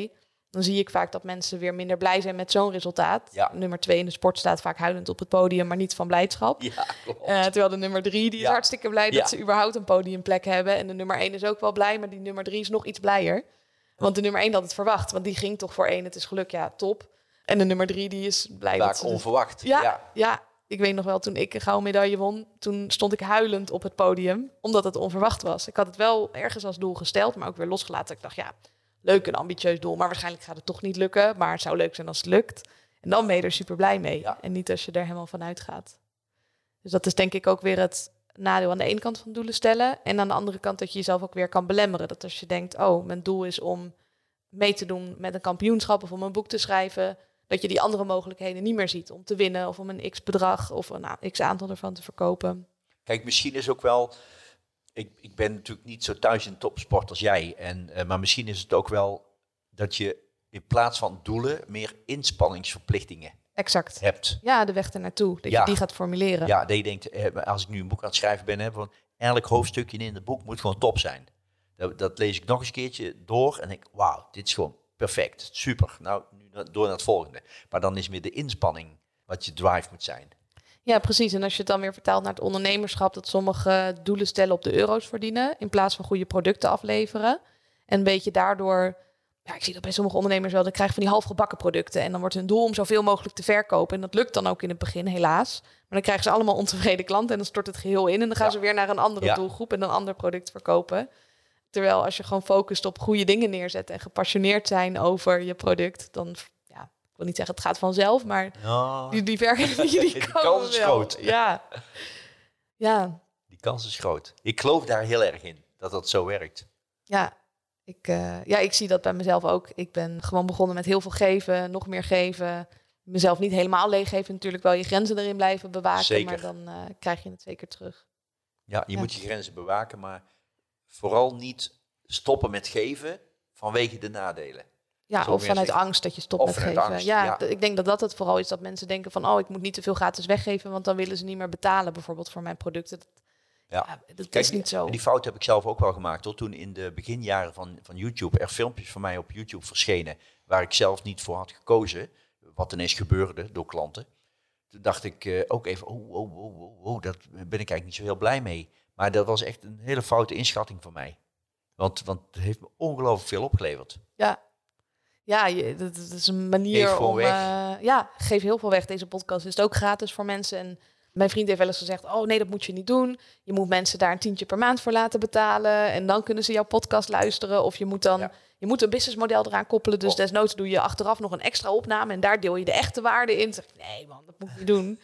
dan zie ik vaak dat mensen weer minder blij zijn met zo'n resultaat. Ja. Nummer 2 in de sport staat vaak huilend op het podium, maar niet van blijdschap. Ja, klopt. Terwijl de nummer 3, die is hartstikke blij dat Ja. ze überhaupt een podiumplek hebben. En de nummer 1 is ook wel blij, maar die nummer 3 is nog iets blijer. Want de nummer 1 had het verwacht, want die ging toch voor 1, het is geluk, ja, top. En de nummer 3, die is blij Vaak dat ze... onverwacht. Ja, ik weet nog wel, toen ik een gouden medaille won, toen stond ik huilend op het podium, omdat het onverwacht was. Ik had het wel ergens als doel gesteld, maar ook weer losgelaten. Ik dacht, ja, leuk, een ambitieus doel, maar waarschijnlijk gaat het toch niet lukken. Maar het zou leuk zijn als het lukt. En dan ben je er super blij mee. Ja. En niet als je er helemaal van uitgaat. Dus dat is denk ik ook weer het nadeel aan de ene kant van doelen stellen. En aan de andere kant dat je jezelf ook weer kan belemmeren. Dat als je denkt, oh, mijn doel is om mee te doen met een kampioenschap of om een boek te schrijven, dat je die andere mogelijkheden niet meer ziet om te winnen of om een x-bedrag of een x-aantal ervan te verkopen. Kijk, misschien is ook wel... Ik ben natuurlijk niet zo thuis in topsport als jij. Maar misschien is het ook wel dat je in plaats van doelen meer inspanningsverplichtingen Exact. hebt. Ja, de weg ernaartoe. Dat je die gaat formuleren. Ja, dat je denkt, als ik nu een boek aan het schrijven ben, van elk hoofdstukje in het boek moet gewoon top zijn. Dat lees ik nog eens een keertje door en denk, wauw, dit is gewoon perfect, super. Nou, nu door naar het volgende. Maar dan is meer de inspanning wat je drive moet zijn. Ja, precies. En als je het dan weer vertaalt naar het ondernemerschap, dat sommige doelen stellen op de euro's verdienen in plaats van goede producten afleveren. En een beetje daardoor, ja, ik zie dat bij sommige ondernemers wel, dan krijgen van die halfgebakken producten. En dan wordt hun doel om zoveel mogelijk te verkopen. En dat lukt dan ook in het begin, helaas. Maar dan krijgen ze allemaal ontevreden klanten en dan stort het geheel in. En dan gaan ze weer naar een andere doelgroep en een ander product verkopen. Terwijl als je gewoon focust op goede dingen neerzetten en gepassioneerd zijn over je product, dan, ja, ik wil niet zeggen het gaat vanzelf, maar die werken die kans is groot. Ja. Ja. Die kans is groot. Ik geloof daar heel erg in, dat dat zo werkt. Ja. Ik zie dat bij mezelf ook. Ik ben gewoon begonnen met heel veel geven, nog meer geven. Mezelf niet helemaal leeggeven, natuurlijk wel je grenzen erin blijven bewaken, Zeker. maar dan krijg je het zeker terug. Ja, je moet je grenzen bewaken, maar vooral niet stoppen met geven vanwege de nadelen. Ja, Zo of vanuit zeggen. angst dat je stopt met geven. Angst, ja, ik denk dat dat het vooral is, dat mensen denken van, oh, ik moet niet te veel gratis weggeven, want dan willen ze niet meer betalen, bijvoorbeeld voor mijn producten. Dat is niet zo. En die fout heb ik zelf ook wel gemaakt, hoor. Toen in de beginjaren van YouTube er filmpjes van mij op YouTube verschenen, waar ik zelf niet voor had gekozen, wat ineens gebeurde door klanten. Toen dacht ik ook even, daar ben ik eigenlijk niet zo heel blij mee. Maar dat was echt een hele foute inschatting van mij. Want het heeft me ongelooflijk veel opgeleverd. Ja, dat is een manier geef om... weg. Geef heel veel weg. Deze podcast is ook gratis voor mensen. En mijn vriend heeft wel eens gezegd, oh nee, dat moet je niet doen. Je moet mensen daar $10 per maand voor laten betalen. En dan kunnen ze jouw podcast luisteren. Of je moet dan... Je moet een businessmodel eraan koppelen. Dus desnoods doe je achteraf nog een extra opname. En daar deel je de echte waarde in. Dan zeg ik, nee man, dat moet ik niet doen.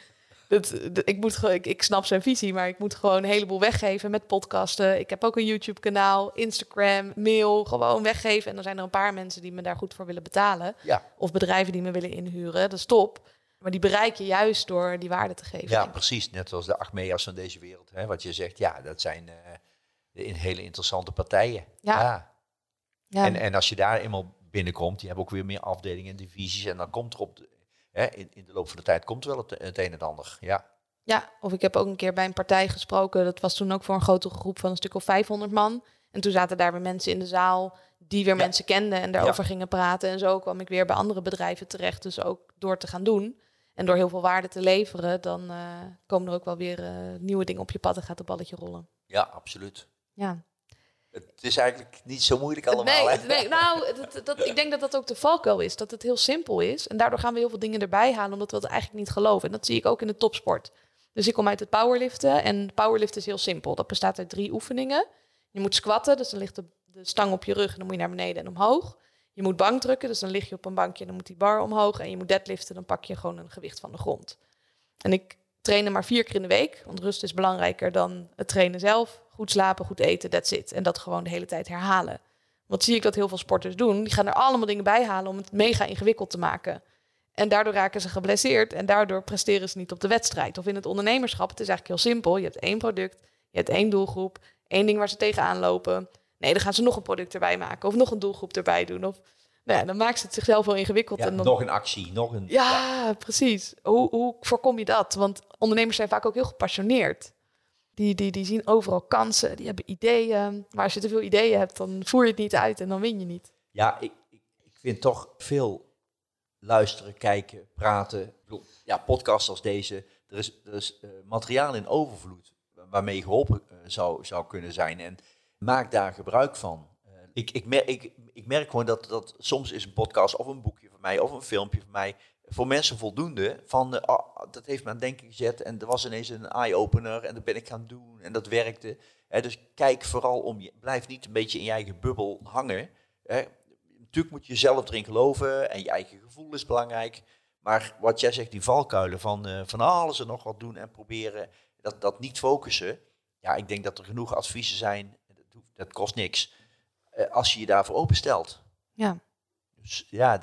Ik snap zijn visie, maar ik moet gewoon een heleboel weggeven met podcasten. Ik heb ook een YouTube-kanaal, Instagram, mail, gewoon weggeven. En dan zijn er een paar mensen die me daar goed voor willen betalen. Ja. Of bedrijven die me willen inhuren. Dat is top. Maar die bereik je juist door die waarde te geven. Ja, precies. Net zoals de Achmea's van deze wereld. Hè, wat je zegt, ja, dat zijn hele interessante partijen. Ja. En als je daar eenmaal binnenkomt, die hebben ook weer meer afdelingen en divisies. En dan komt er in de loop van de tijd komt er wel het een en ander. Ja, of ik heb ook een keer bij een partij gesproken. Dat was toen ook voor een grotere groep van een stuk of 500 man. En toen zaten daar weer mensen in de zaal die weer mensen kenden en daarover gingen praten. En zo kwam ik weer bij andere bedrijven terecht. Dus ook door te gaan doen en door heel veel waarde te leveren, dan komen er ook wel weer nieuwe dingen op je pad en gaat het balletje rollen. Ja, absoluut. Ja. Het is eigenlijk niet zo moeilijk allemaal. Nee, nou, ik denk dat dat ook de valkuil is. Dat het heel simpel is. En daardoor gaan we heel veel dingen erbij halen, omdat we het eigenlijk niet geloven. En dat zie ik ook in de topsport. Dus ik kom uit het powerliften. En powerliften is heel simpel. Dat bestaat uit 3 oefeningen. Je moet squatten, dus dan ligt de stang op je rug en dan moet je naar beneden en omhoog. Je moet bankdrukken, dus dan lig je op een bankje en dan moet die bar omhoog. En je moet deadliften, dan pak je gewoon een gewicht van de grond. En ik train er maar 4 keer in de week, want rust is belangrijker dan het trainen zelf. Goed slapen, goed eten, that's it. En dat gewoon de hele tijd herhalen. Wat zie ik dat heel veel sporters doen? Die gaan er allemaal dingen bij halen om het mega ingewikkeld te maken. En daardoor raken ze geblesseerd en daardoor presteren ze niet op de wedstrijd. Of in het ondernemerschap, het is eigenlijk heel simpel. Je hebt 1 product, je hebt 1 doelgroep, 1 ding waar ze tegenaan lopen. Nee, dan gaan ze nog een product erbij maken of nog een doelgroep erbij doen. Of, nou ja, dan maakt ze het zichzelf wel ingewikkeld. Ja, en dan... nog een actie, nog een... Ja, precies. Hoe voorkom je dat? Want ondernemers zijn vaak ook heel gepassioneerd. Die zien overal kansen, die hebben ideeën. Maar als je te veel ideeën hebt, dan voer je het niet uit en dan win je niet. Ja, ik vind toch veel luisteren, kijken, praten. Ik bedoel, podcasts als deze. Er is materiaal in overvloed waarmee je geholpen zou kunnen zijn. En maak daar gebruik van. Ik merk gewoon dat soms is een podcast of een boekje van mij of een filmpje van mij voor mensen voldoende. Van, dat heeft me aan het denken gezet en er was ineens een eye-opener en dat ben ik gaan doen en dat werkte. Dus kijk vooral om je. Blijf niet een beetje in je eigen bubbel hangen. Natuurlijk moet je zelf erin geloven en je eigen gevoel is belangrijk. Maar wat jij zegt, die valkuilen van alles en nog wat doen en proberen, dat niet focussen. Ja, ik denk dat er genoeg adviezen zijn, dat kost niks, als je je daarvoor openstelt. Ja. Dus ja,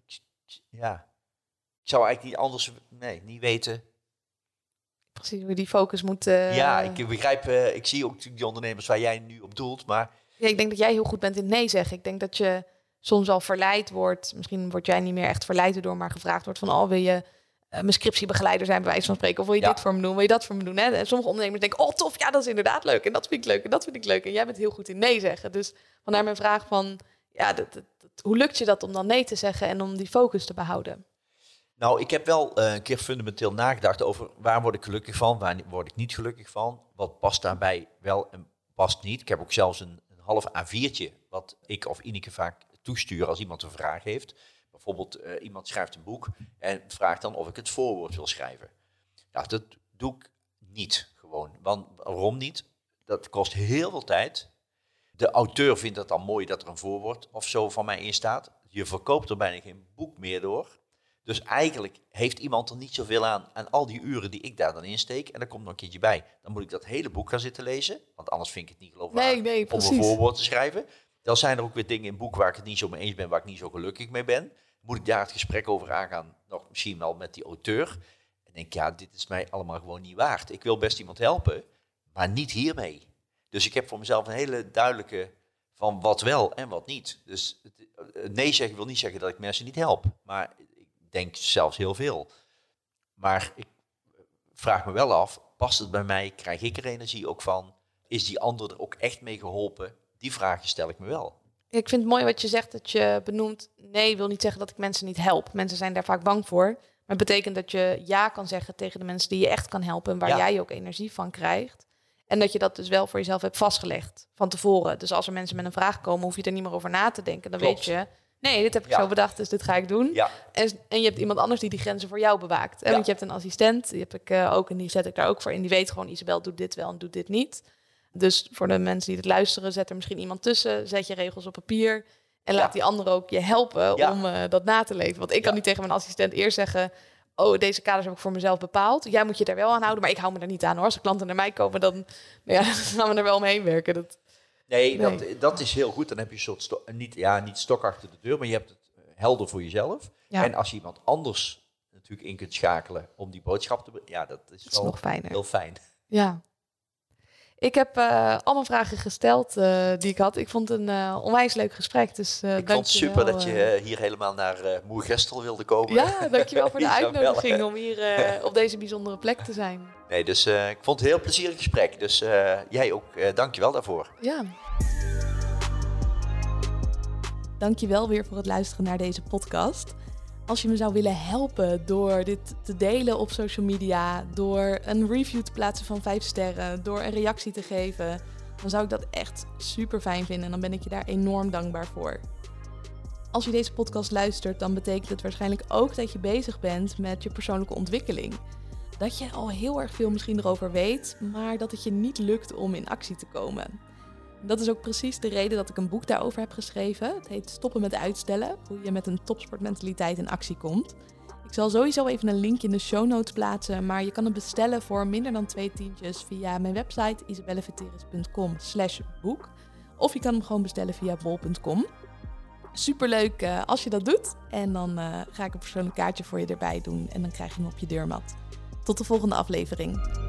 ik zou eigenlijk niet anders, niet weten. Precies, hoe je die focus moet... Ja, ik begrijp, ik zie ook die ondernemers waar jij nu op doelt, maar... Ja, ik denk dat jij heel goed bent in nee zeggen. Ik denk dat je soms al verleid wordt. Misschien word jij niet meer echt verleid door, maar gevraagd wordt van, wil je mijn scriptiebegeleider zijn, bij wijze van spreken, of wil je dit voor me doen, wil je dat voor me doen? Hè? En sommige ondernemers denken, tof, ja, dat is inderdaad leuk. En dat vind ik leuk, en dat vind ik leuk. En jij bent heel goed in nee zeggen. Dus vandaar mijn vraag van, hoe lukt je dat om dan nee te zeggen en om die focus te behouden? Nou, ik heb wel een keer fundamenteel nagedacht over waar word ik gelukkig van, waar word ik niet gelukkig van. Wat past daarbij wel en past niet. Ik heb ook zelfs een half A4'tje wat ik of Ineke vaak toestuur als iemand een vraag heeft. Bijvoorbeeld iemand schrijft een boek en vraagt dan of ik het voorwoord wil schrijven. Nou, dat doe ik niet gewoon. Want waarom niet? Dat kost heel veel tijd. De auteur vindt het dan mooi dat er een voorwoord of zo van mij in staat. Je verkoopt er bijna geen boek meer door. Dus eigenlijk heeft iemand er niet zoveel aan al die uren die ik daar dan insteek. En dan komt nog een keertje bij. Dan moet ik dat hele boek gaan zitten lezen. Want anders vind ik het niet geloofwaardig om een voorwoord te schrijven. Dan zijn er ook weer dingen in het boek waar ik het niet zo mee eens ben, waar ik niet zo gelukkig mee ben. Moet ik daar het gesprek over aangaan, nog misschien wel met die auteur. En denk, dit is mij allemaal gewoon niet waard. Ik wil best iemand helpen, maar niet hiermee. Dus ik heb voor mezelf een hele duidelijke van wat wel en wat niet. Dus nee zeggen wil niet zeggen dat ik mensen niet help. Maar ik denk zelfs heel veel. Maar ik vraag me wel af, past het bij mij? Krijg ik er energie ook van? Is die ander er ook echt mee geholpen? Die vragen stel ik me wel. Ik vind het mooi wat je zegt, dat je benoemt, nee, wil niet zeggen dat ik mensen niet help. Mensen zijn daar vaak bang voor. Maar het betekent dat je ja kan zeggen tegen de mensen die je echt kan helpen en waar jij ook energie van krijgt. En dat je dat dus wel voor jezelf hebt vastgelegd van tevoren. Dus als er mensen met een vraag komen, hoef je er niet meer over na te denken. Dan weet je, nee, dit heb ik zo bedacht, dus dit ga ik doen. Ja. En je hebt iemand anders die grenzen voor jou bewaakt. Ja. Want je hebt een assistent, die heb ik ook en die zet ik daar ook voor in. Die weet gewoon, Isabel doet dit wel en doet dit niet. Dus voor de mensen die het luisteren, zet er misschien iemand tussen. Zet je regels op papier en laat die ander ook je helpen om dat na te leven. Want ik kan niet tegen mijn assistent eerst zeggen, deze kaders heb ik voor mezelf bepaald. Jij moet je daar wel aan houden, maar ik hou me daar niet aan hoor. Als de klanten naar mij komen, dan gaan we er wel omheen werken. Dat is heel goed. Dan heb je een soort niet stok achter de deur, maar je hebt het helder voor jezelf. Ja. En als je iemand anders natuurlijk in kunt schakelen om die boodschap te brengen, dat is wel nog fijner. Heel fijn. Ja. Ik heb allemaal vragen gesteld die ik had. Ik vond het een onwijs leuk gesprek. Dus, ik vond het super dat je hier helemaal naar Moergestel wilde komen. Ja, dankjewel voor de uitnodiging om hier op deze bijzondere plek te zijn. Nee, dus ik vond het een heel plezierig gesprek. Dus jij ook, dankjewel daarvoor. Ja. Dankjewel weer voor het luisteren naar deze podcast. Als je me zou willen helpen door dit te delen op social media, door een review te plaatsen van 5 sterren, door een reactie te geven, dan zou ik dat echt super fijn vinden en dan ben ik je daar enorm dankbaar voor. Als je deze podcast luistert, dan betekent het waarschijnlijk ook dat je bezig bent met je persoonlijke ontwikkeling. Dat je al heel erg veel misschien erover weet, maar dat het je niet lukt om in actie te komen. Dat is ook precies de reden dat ik een boek daarover heb geschreven. Het heet Stoppen met uitstellen, hoe je met een topsportmentaliteit in actie komt. Ik zal sowieso even een linkje in de show notes plaatsen, maar je kan het bestellen voor minder dan 2 tientjes via mijn website isabelleveteris.com/boek. Of je kan hem gewoon bestellen via bol.com. Superleuk als je dat doet. En dan ga ik een persoonlijk kaartje voor je erbij doen en dan krijg je hem op je deurmat. Tot de volgende aflevering.